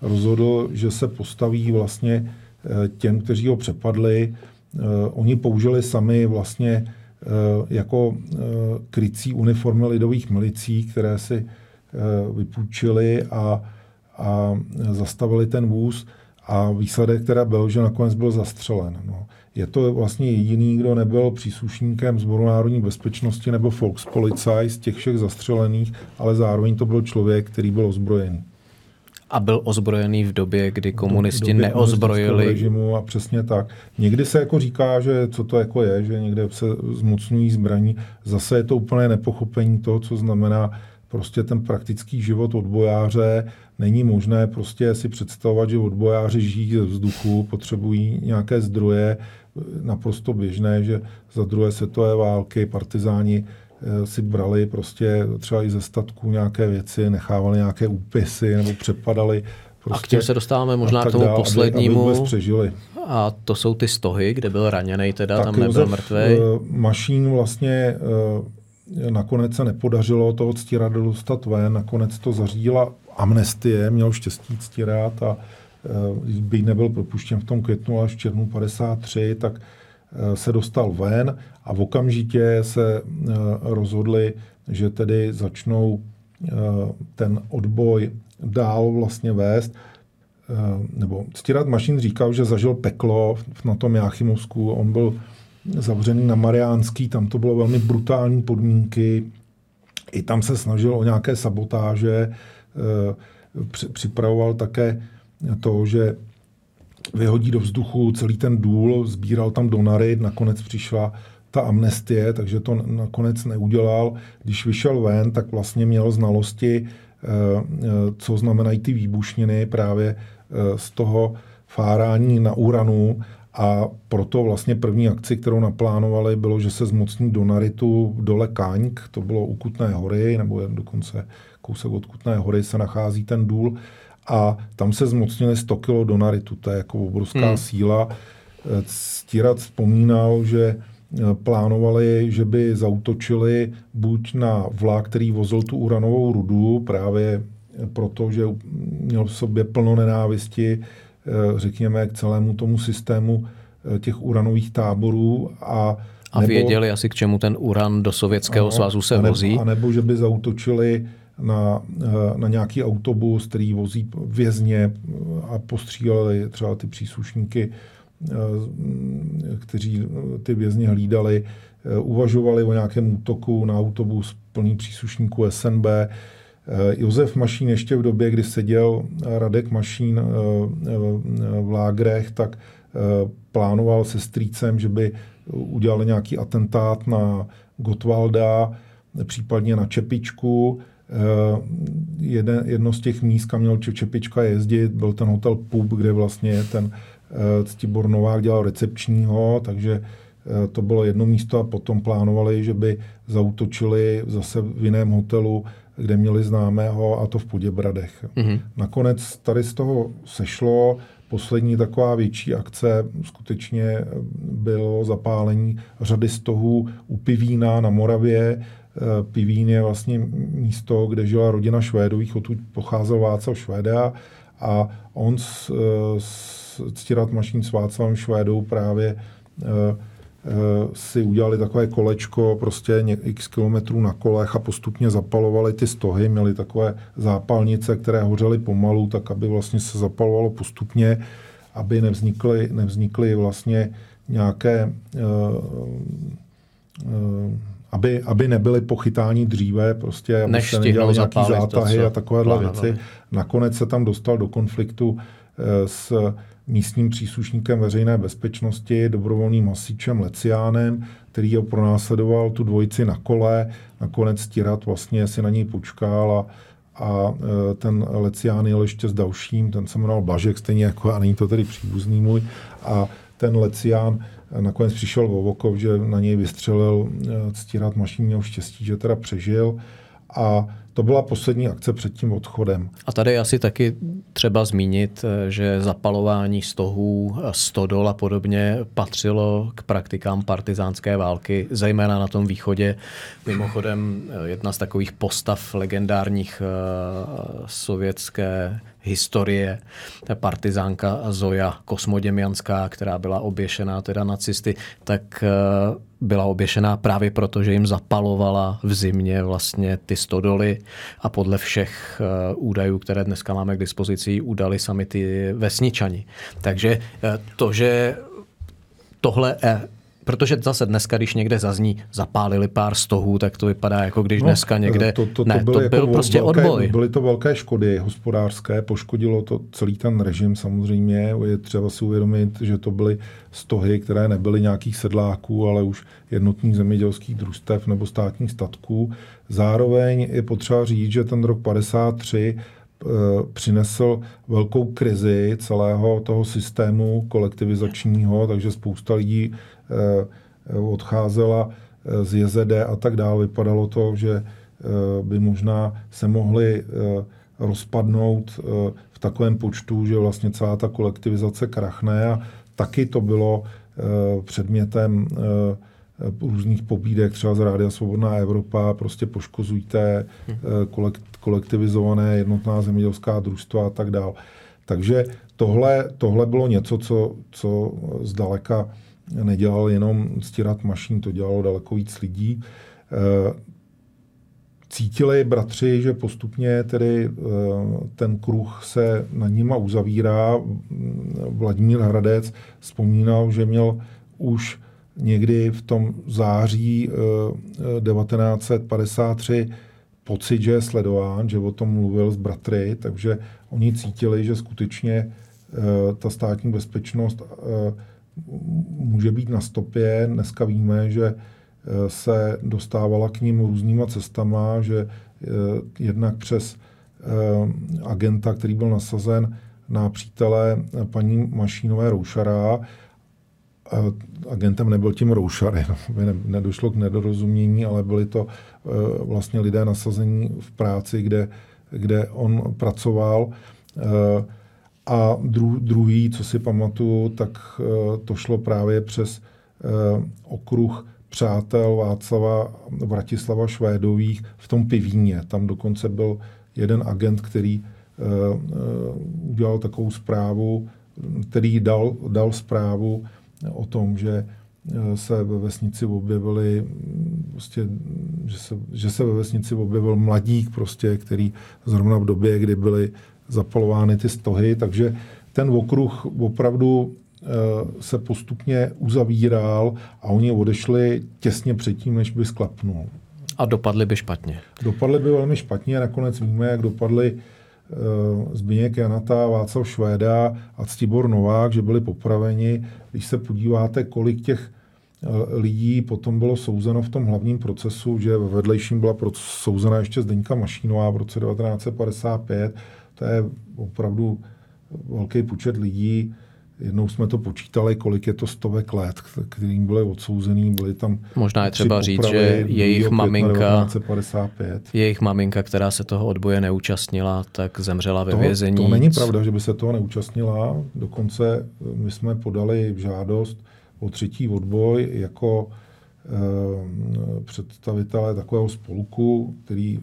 rozhodl, že se postaví vlastně těm, kteří ho přepadli. Oni použili sami vlastně jako krycí uniformy lidových milicí, které si vypůjčili a zastavili ten vůz. A výsledek teda byl, že nakonec byl zastřelen. No. Je to vlastně jediný, kdo nebyl příslušníkem Sboru národní bezpečnosti nebo Volkspolizei z těch všech zastřelených, ale zároveň to byl člověk, který byl ozbrojený. A byl ozbrojený v době, kdy komunisti neozbrojili. Režimu a přesně tak. Někdy se jako říká, že co to jako je, že někde se zmocňují zbraní. Zase je to úplně nepochopení toho, co znamená prostě ten praktický život odbojáře. Není možné prostě si představovat, že odbojáři žijí ze vzduchu, potřebují nějaké zdroje, naprosto běžné, že za druhé světové války partizáni si brali prostě třeba i ze statku nějaké věci, nechávali nějaké úpisy nebo přepadali. Prostě a k tím se dostáváme možná k tomu poslednímu. Aby přežili. A to jsou ty stohy, kde byl raněnej, teda tak tam nebyl mrtvej. Mašín vlastně nakonec se nepodařilo toho Ctirada dostat ven, nakonec to zařídila amnestie, měl štěstí Ctirad a by nebyl propuštěn v tom květnu až v červnu 53, tak se dostal ven a okamžitě se rozhodli, že tedy začnou ten odboj dál vlastně vést. Nebo Ctirad Mašín říkal, že zažil peklo na tom Jáchymovsku. On byl zavřený na Mariánský, tam to bylo velmi brutální podmínky. I tam se snažil o nějaké sabotáže. Připravoval také to, že vyhodí do vzduchu celý ten důl, sbíral tam donary, nakonec přišla ta amnestie, takže to nakonec neudělal. Když vyšel ven, tak vlastně měl znalosti, co znamenají ty výbušniny právě z toho fárání na uranu a proto vlastně první akci, kterou naplánovali, bylo, že se zmocní donaritu v dole Kaňk, to bylo u Kutné Hory, nebo dokonce kousek od Kutné Hory se nachází ten důl a tam se zmocnili 100 kg donaritu, to je jako obrovská síla. Ctirad vzpomínal, že plánovali, že by zaútočili buď na vlak, který vozil tu uranovou rudu, právě proto, že měl v sobě plno nenávisti, řekněme, k celému tomu systému těch uranových táborů. A věděli asi, k čemu ten uran do Sovětského svazu se vozí. A nebo, že by zaútočili na nějaký autobus, který vozí vězně a postříleli třeba ty příslušníky, kteří ty vězně hlídali, uvažovali o nějakém útoku na autobus plný příslušníků SNB. Josef Mašín ještě v době, kdy seděl Radek Mašín v lágrech, tak plánoval se strýcem, že by udělali nějaký atentát na Gottwalda, případně na Čepičku. Jedno z těch míst, kam měl Čepička jezdit, byl ten hotel Pub, kde vlastně ten Ctibor Novák dělal recepčního, takže to bylo jedno místo a potom plánovali, že by zaútočili zase v jiném hotelu, kde měli známého, a to v Poděbradech. Nakonec tady z toho sešlo. Poslední taková větší akce skutečně bylo zapálení řady stohů u Pivína na Moravě. Pivín je vlastně místo, kde žila rodina Švédových, odtud pocházel Václav Švéda a on Ctirad Mašín s Václavem Švédou právě si udělali takové kolečko, prostě x kilometrů na kolech a postupně zapalovali ty stohy, měli takové zápalnice, které hořely pomalu, tak aby vlastně se zapalovalo postupně, aby nevznikly vlastně nějaké aby nebyly pochytáni dříve, prostě aby se nedělali nějaký zátahy a takovéhle věci. Nakonec se tam dostal do konfliktu s místním příslušníkem veřejné bezpečnosti, dobrovolným hasičem Leciánem, který ho pronásledoval tu dvojici na kole. Nakonec Ctirad vlastně si na něj počkal a ten Lecián jel ještě s dalším, ten se jmenoval Blažek, stejně jako, a není to tedy příbuzný můj. A ten Lecián nakonec přišel o oko, že na něj vystřelil. Ctirad Mašín, měl štěstí, že teda přežil. A to byla poslední akce před tím odchodem. A tady asi taky třeba zmínit, že zapalování stohů, stodol a podobně patřilo k praktikám partyzánské války, zejména na tom východě. Mimochodem jedna z takových postav legendárních sovětské historie, ta partyzánka Zoja Kosmoděmjanská, která byla oběšená teda nacisty, tak byla oběšená právě proto, že jim zapalovala v zimě vlastně ty stodoly a podle všech údajů, které dneska máme k dispozici, udali sami ty vesničani. Takže to, že tohle protože zase dneska, když někde zazní, zapálili pár stohů, tak to vypadá jako když dneska někde... To byl jako prostě odboj. Byly to velké škody hospodářské, poškodilo to celý ten režim samozřejmě. Je třeba si uvědomit, že to byly stohy, které nebyly nějakých sedláků, ale už jednotných zemědělských družstev nebo státních statků. Zároveň je potřeba říct, že ten rok 53 přinesl velkou krizi celého toho systému kolektivizačního, takže spousta lidí odcházela z JZD a tak dále. Vypadalo to, že by možná se mohli rozpadnout v takovém počtu, že vlastně celá ta kolektivizace krachne a taky to bylo předmětem různých pobídek, třeba z Rádia Svobodná Evropa, prostě poškozujte kolektivizované jednotná zemědělská družstva a tak dále. Takže tohle bylo něco, co zdaleka nedělal jenom Ctirad Mašín, to dělalo daleko víc lidí. Cítili bratři, že postupně tedy ten kruh se nad nima uzavírá. Vladimír Hradec vzpomínal, že měl už někdy v tom září 1953 pocit, že je sledován, že o tom mluvil s bratry, takže oni cítili, že skutečně ta státní bezpečnost může být na stopě. Dneska víme, že se dostávala k ním různýma cestama, že jednak přes agenta, který byl nasazen na přítele paní Mašínové Roušara. Agentem nebyl tím Roušary, nedošlo k nedorozumění, ale byli to vlastně lidé nasazení v práci, kde on pracoval. A druhý, co si pamatuju, tak to šlo právě přes okruh přátel Václava Vratislava Švédových v tom Pivíně. Tam dokonce byl jeden agent, který udělal takovou zprávu, který dal zprávu o tom, že se ve vesnici objevili prostě, že se ve vesnici objevil mladík prostě, který zrovna v době, kdy byly zapalovány ty stohy, takže ten okruh opravdu se postupně uzavíral a oni odešli těsně předtím, než by sklapnul. A dopadli by špatně. Dopadli by velmi špatně, nakonec víme, jak dopadli Zbyněk Janata, Václav Švéda a Ctibor Novák, že byli popraveni. Když se podíváte, kolik těch lidí potom bylo souzeno v tom hlavním procesu, že ve vedlejším byla souzena ještě Zdeňka Mašínová v roce 1955, to je opravdu velký počet lidí. Jednou jsme to počítali, kolik je to 100 let, kterým byli odsouzený, byli tam. Možná je třeba říct, že jejich maminka, která se toho odboje neúčastnila, tak zemřela ve vězení. To není pravda, že by se toho neúčastnila. Dokonce my jsme podali žádost o třetí odboj jako představitelé takového spolku, který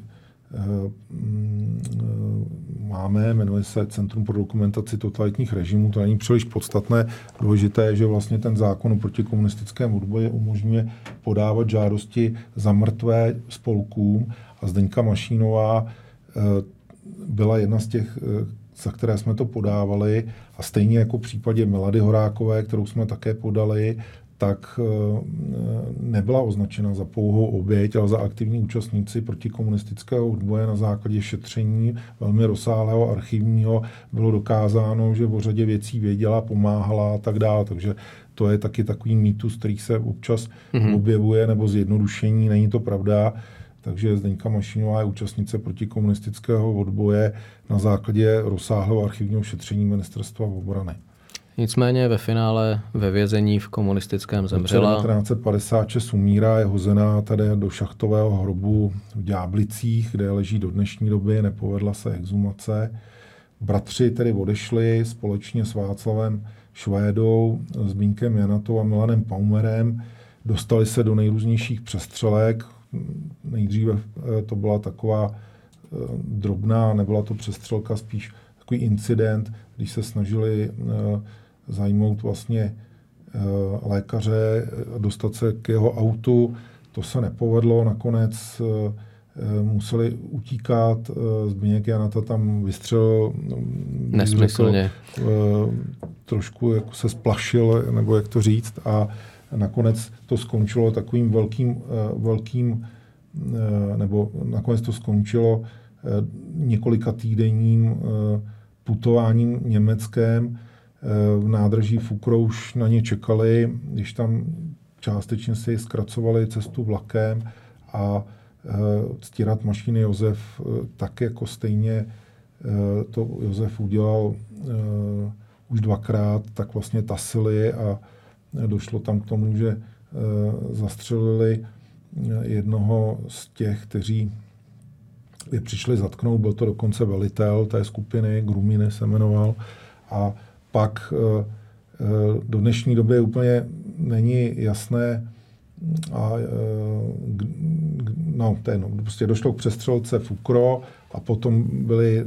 máme, jmenuje se Centrum pro dokumentaci totalitních režimů. To není příliš podstatné. Důležité je, že vlastně ten zákon o protikomunistickém odboji umožňuje podávat žádosti za mrtvé spolkům a Zdeňka Mašínová byla jedna z těch, za které jsme to podávali a stejně jako v případě Milady Horákové, kterou jsme také podali, tak nebyla označena za pouhou oběť, ale za aktivní účastníci protikomunistického odboje na základě šetření velmi rozsáhlého archivního. Bylo dokázáno, že o řadě věcí věděla, pomáhala a tak dále. Takže to je taky takový mýtus, který se občas objevuje, nebo zjednodušení, není to pravda. Takže Zdeňka Mašínová je účastnice protikomunistického odboje na základě rozsáhlého archivního šetření Ministerstva obrany. Nicméně ve finále ve vězení v komunistickém zemřela. V 1956 umírá, je hozená tady do šachtového hrobu v Ďáblicích, kde leží do dnešní doby, nepovedla se exhumace. Bratři tedy odešli společně s Václavem Švédou, Zbyňkem Janatou a Milanem Paumerem. Dostali se do nejrůznějších přestřelek. Nejdříve to byla taková drobná, nebyla to přestřelka, spíš takový incident, když se snažili zajmout vlastně lékaře a dostat se k jeho autu. To se nepovedlo, nakonec museli utíkat. Zbyněk Janata tam vystřelil. Nesmyslně. Trošku jako se splašil, nebo jak to říct. A nakonec to skončilo takovým velkým nebo nakonec to skončilo několika týdenním putováním Německem. V nádraží Fukro už na ně čekali, když tam částečně si zkracovali cestu vlakem a Ctirad Mašíny Josef tak jako stejně to Josef udělal už dvakrát, tak vlastně tasili a došlo tam k tomu, že zastřelili jednoho z těch, kteří je přišli zatknout, byl to dokonce velitel té skupiny, Gruminy se jmenoval, a pak do dnešní doby úplně není jasné, prostě došlo k přestřelce Fukro a potom byly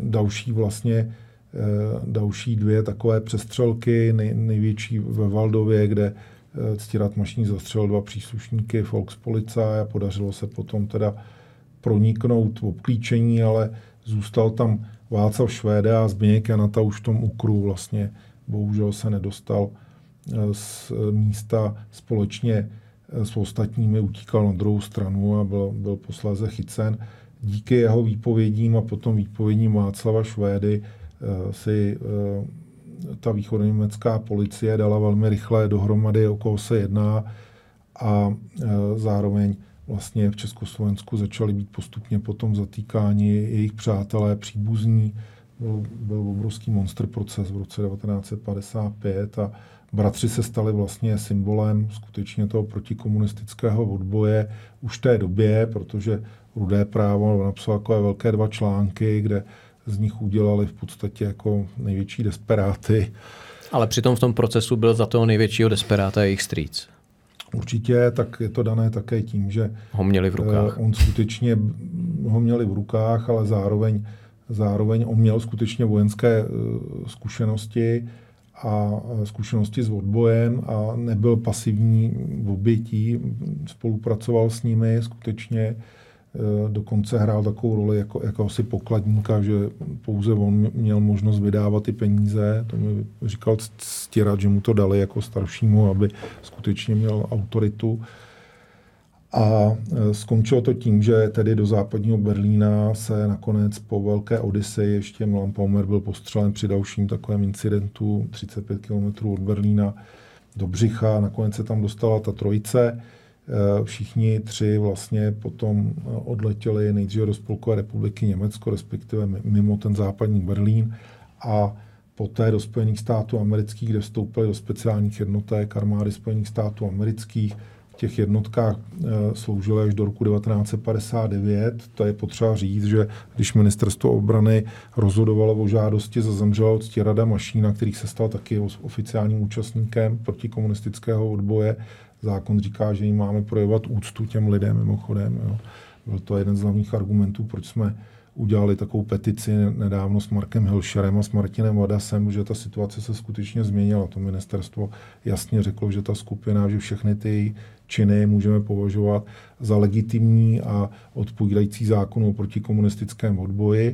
další dvě takové přestřelky, největší ve Valdově, kde Ctirad Mašín zastřelil 2 příslušníky Volkspolizei a podařilo se potom teda proniknout v obklíčení, ale zůstal tam Václav Švéda a Zbyněk Janata už v tom ukru vlastně bohužel se nedostal z místa společně s ostatními, utíkal na druhou stranu a byl posléze chycen. Díky jeho výpovědím a potom výpovědím Václava Švédy si ta východoněmecká policie dala velmi rychle dohromady, o koho se jedná, a zároveň vlastně v Československu začaly být postupně potom zatýkáni jejich přátelé, příbuzní. Byl obrovský monster proces v roce 1955 a bratři se stali vlastně symbolem skutečně toho protikomunistického odboje už v té době, protože Rudé právo napsal takové velké 2 články, kde z nich udělali v podstatě jako největší desperáty. Ale přitom v tom procesu byl za toho největšího desperáta jejich strýc. Určitě, tak je to dané také tím, že ho měli v rukách. On skutečně ho měli v rukách, ale zároveň on měl skutečně vojenské zkušenosti a zkušenosti s odbojem a nebyl pasivní obětí, spolupracoval s nimi skutečně, dokonce hrál takovou roli jako si pokladníka, že pouze on měl možnost vydávat ty peníze. To mi říkal Ctirad, že mu to dali jako staršímu, aby skutečně měl autoritu. A skončilo to tím, že tedy do západního Berlína se nakonec po velké odyseji ještě Milan Paumer byl postřelen při dalším takovém incidentu 35 km od Berlína do Břicha. Nakonec se tam dostala ta trojice. Všichni 3 vlastně potom odletěli nejdříve do Spolkové republiky Německo, respektive mimo ten západní Berlín, a poté do Spojených států amerických, kde vstoupili do speciálních jednotek armády Spojených států amerických. V těch jednotkách sloužili až do roku 1959. To je potřeba říct, že když ministerstvo obrany rozhodovalo o žádosti za zemřelého Ctirada Mašína, který se stal taky oficiálním účastníkem protikomunistického odboje, zákon říká, že jim máme projevovat úctu těm lidem mimochodem. Jo. Byl to jeden z hlavních argumentů, proč jsme udělali takovou petici nedávno s Markem Hilšerem a s Martinem Vadasem, že ta situace se skutečně změnila. To ministerstvo jasně řeklo, že ta skupina, že všechny ty činy můžeme považovat za legitimní a odpovídající zákonu o protikomunistickém odboji.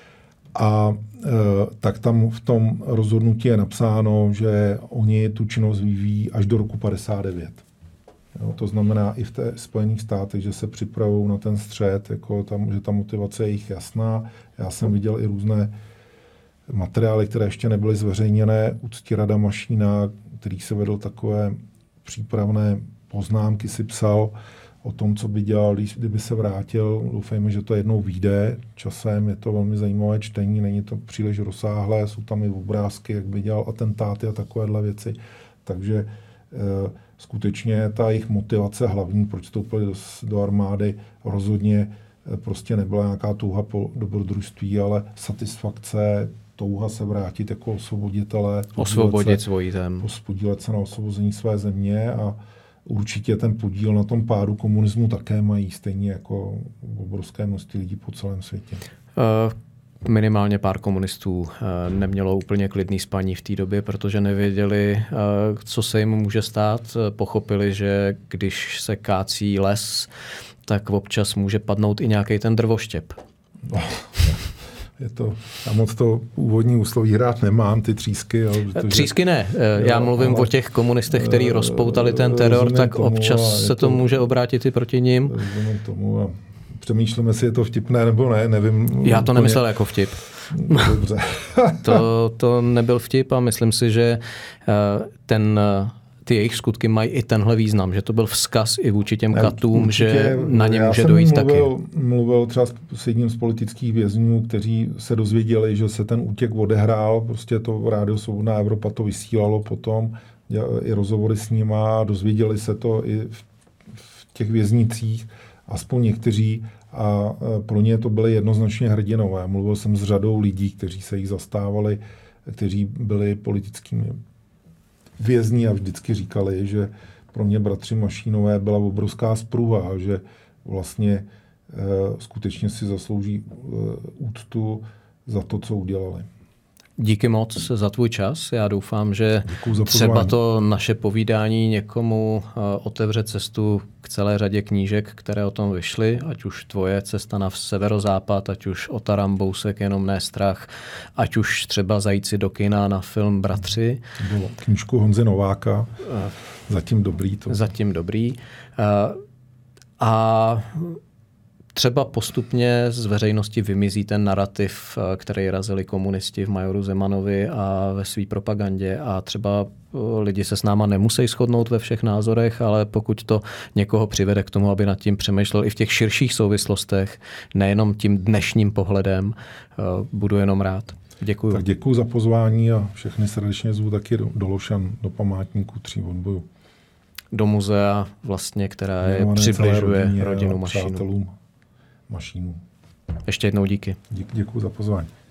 A tak tam v tom rozhodnutí je napsáno, že oni tu činnost vyvíjí až do roku 59. Jo, to znamená i v té Spojených státech, že se připravují na ten střet, jako že ta motivace je jich jasná. Já jsem viděl i různé materiály, které ještě nebyly zveřejněné u Ctirada Mašína, který se vedl takové přípravné poznámky, si psal o tom, co by dělal, kdyby se vrátil. Doufejme, že to jednou vyjde časem. Je to velmi zajímavé čtení, není to příliš rozsáhlé, jsou tam i obrázky, jak by dělal atentáty a takovéhle věci. Takže skutečně ta jejich motivace hlavní, proč vstoupili do armády, rozhodně prostě nebyla nějaká touha po dobrodružství, ale satisfakce, touha se vrátit jako osvoboditelé. Osvobodit svoji zem. Podílet se na osvobození své země a určitě ten podíl na tom pádu komunismu také mají, stejně jako obrovské množství lidí po celém světě. Minimálně pár komunistů nemělo úplně klidný spaní v té době, protože nevěděli, co se jim může stát. Pochopili, že když se kácí les, tak občas může padnout i nějaký ten drvoštěp. Já moc to úvodní úsloví rád nemám, ty třísky. Ale třísky ne. Já mluvím o těch komunistech, kteří rozpoutali ten teror, tak občas se to může obrátit i proti nim. Tomu a přemýšlíme, jestli je to vtipné nebo ne, nevím. Já to nemyslel jako vtip. Dobře. to nebyl vtip a myslím si, že ty jejich skutky mají i tenhle význam, že to byl vzkaz i vůči těm katům, určitě, že na ně může dojít taky. Mluvil třeba s jedním z politických vězňů, kteří se dozvěděli, že se ten útěk odehrál, prostě to Rádio Svobodná Evropa to vysílalo potom, i rozhovory s nima, dozvěděli se to i v těch věznicích, aspoň někteří, a pro ně to byly jednoznačně hrdinové. Mluvil jsem s řadou lidí, kteří se jich zastávali, kteří byli politickými vězni a vždycky říkali, že pro mě bratři Mašínové byla obrovská spruha, že vlastně skutečně si zaslouží úctu za to, co udělali. Díky moc za tvůj čas. Já doufám, že třeba to naše povídání někomu otevře cestu k celé řadě knížek, které o tom vyšly, ať už tvoje Cesta na severozápad, ať už Otar Ambousek, Jenom ne strach, ať už třeba Zajít si do kina na film Bratři. Knížku Honzy Nováka. Zatím dobrý. Zatím dobrý. A třeba postupně z veřejnosti vymizí ten narrativ, který razili komunisti v Majoru Zemanovi a ve své propagandě a třeba lidi se s náma nemusí shodnout ve všech názorech, ale pokud to někoho přivede k tomu, aby nad tím přemýšlel i v těch širších souvislostech, nejenom tím dnešním pohledem, budu jenom rád. Děkuju. Tak děkuju za pozvání a všechny srdečně zvu taky do Lošan, do památníku 3 odbojů. Do muzea vlastně, která je přibližuje rodinu Mašínů. Mašínů. Ještě jednou díky. Děkuji za pozvání.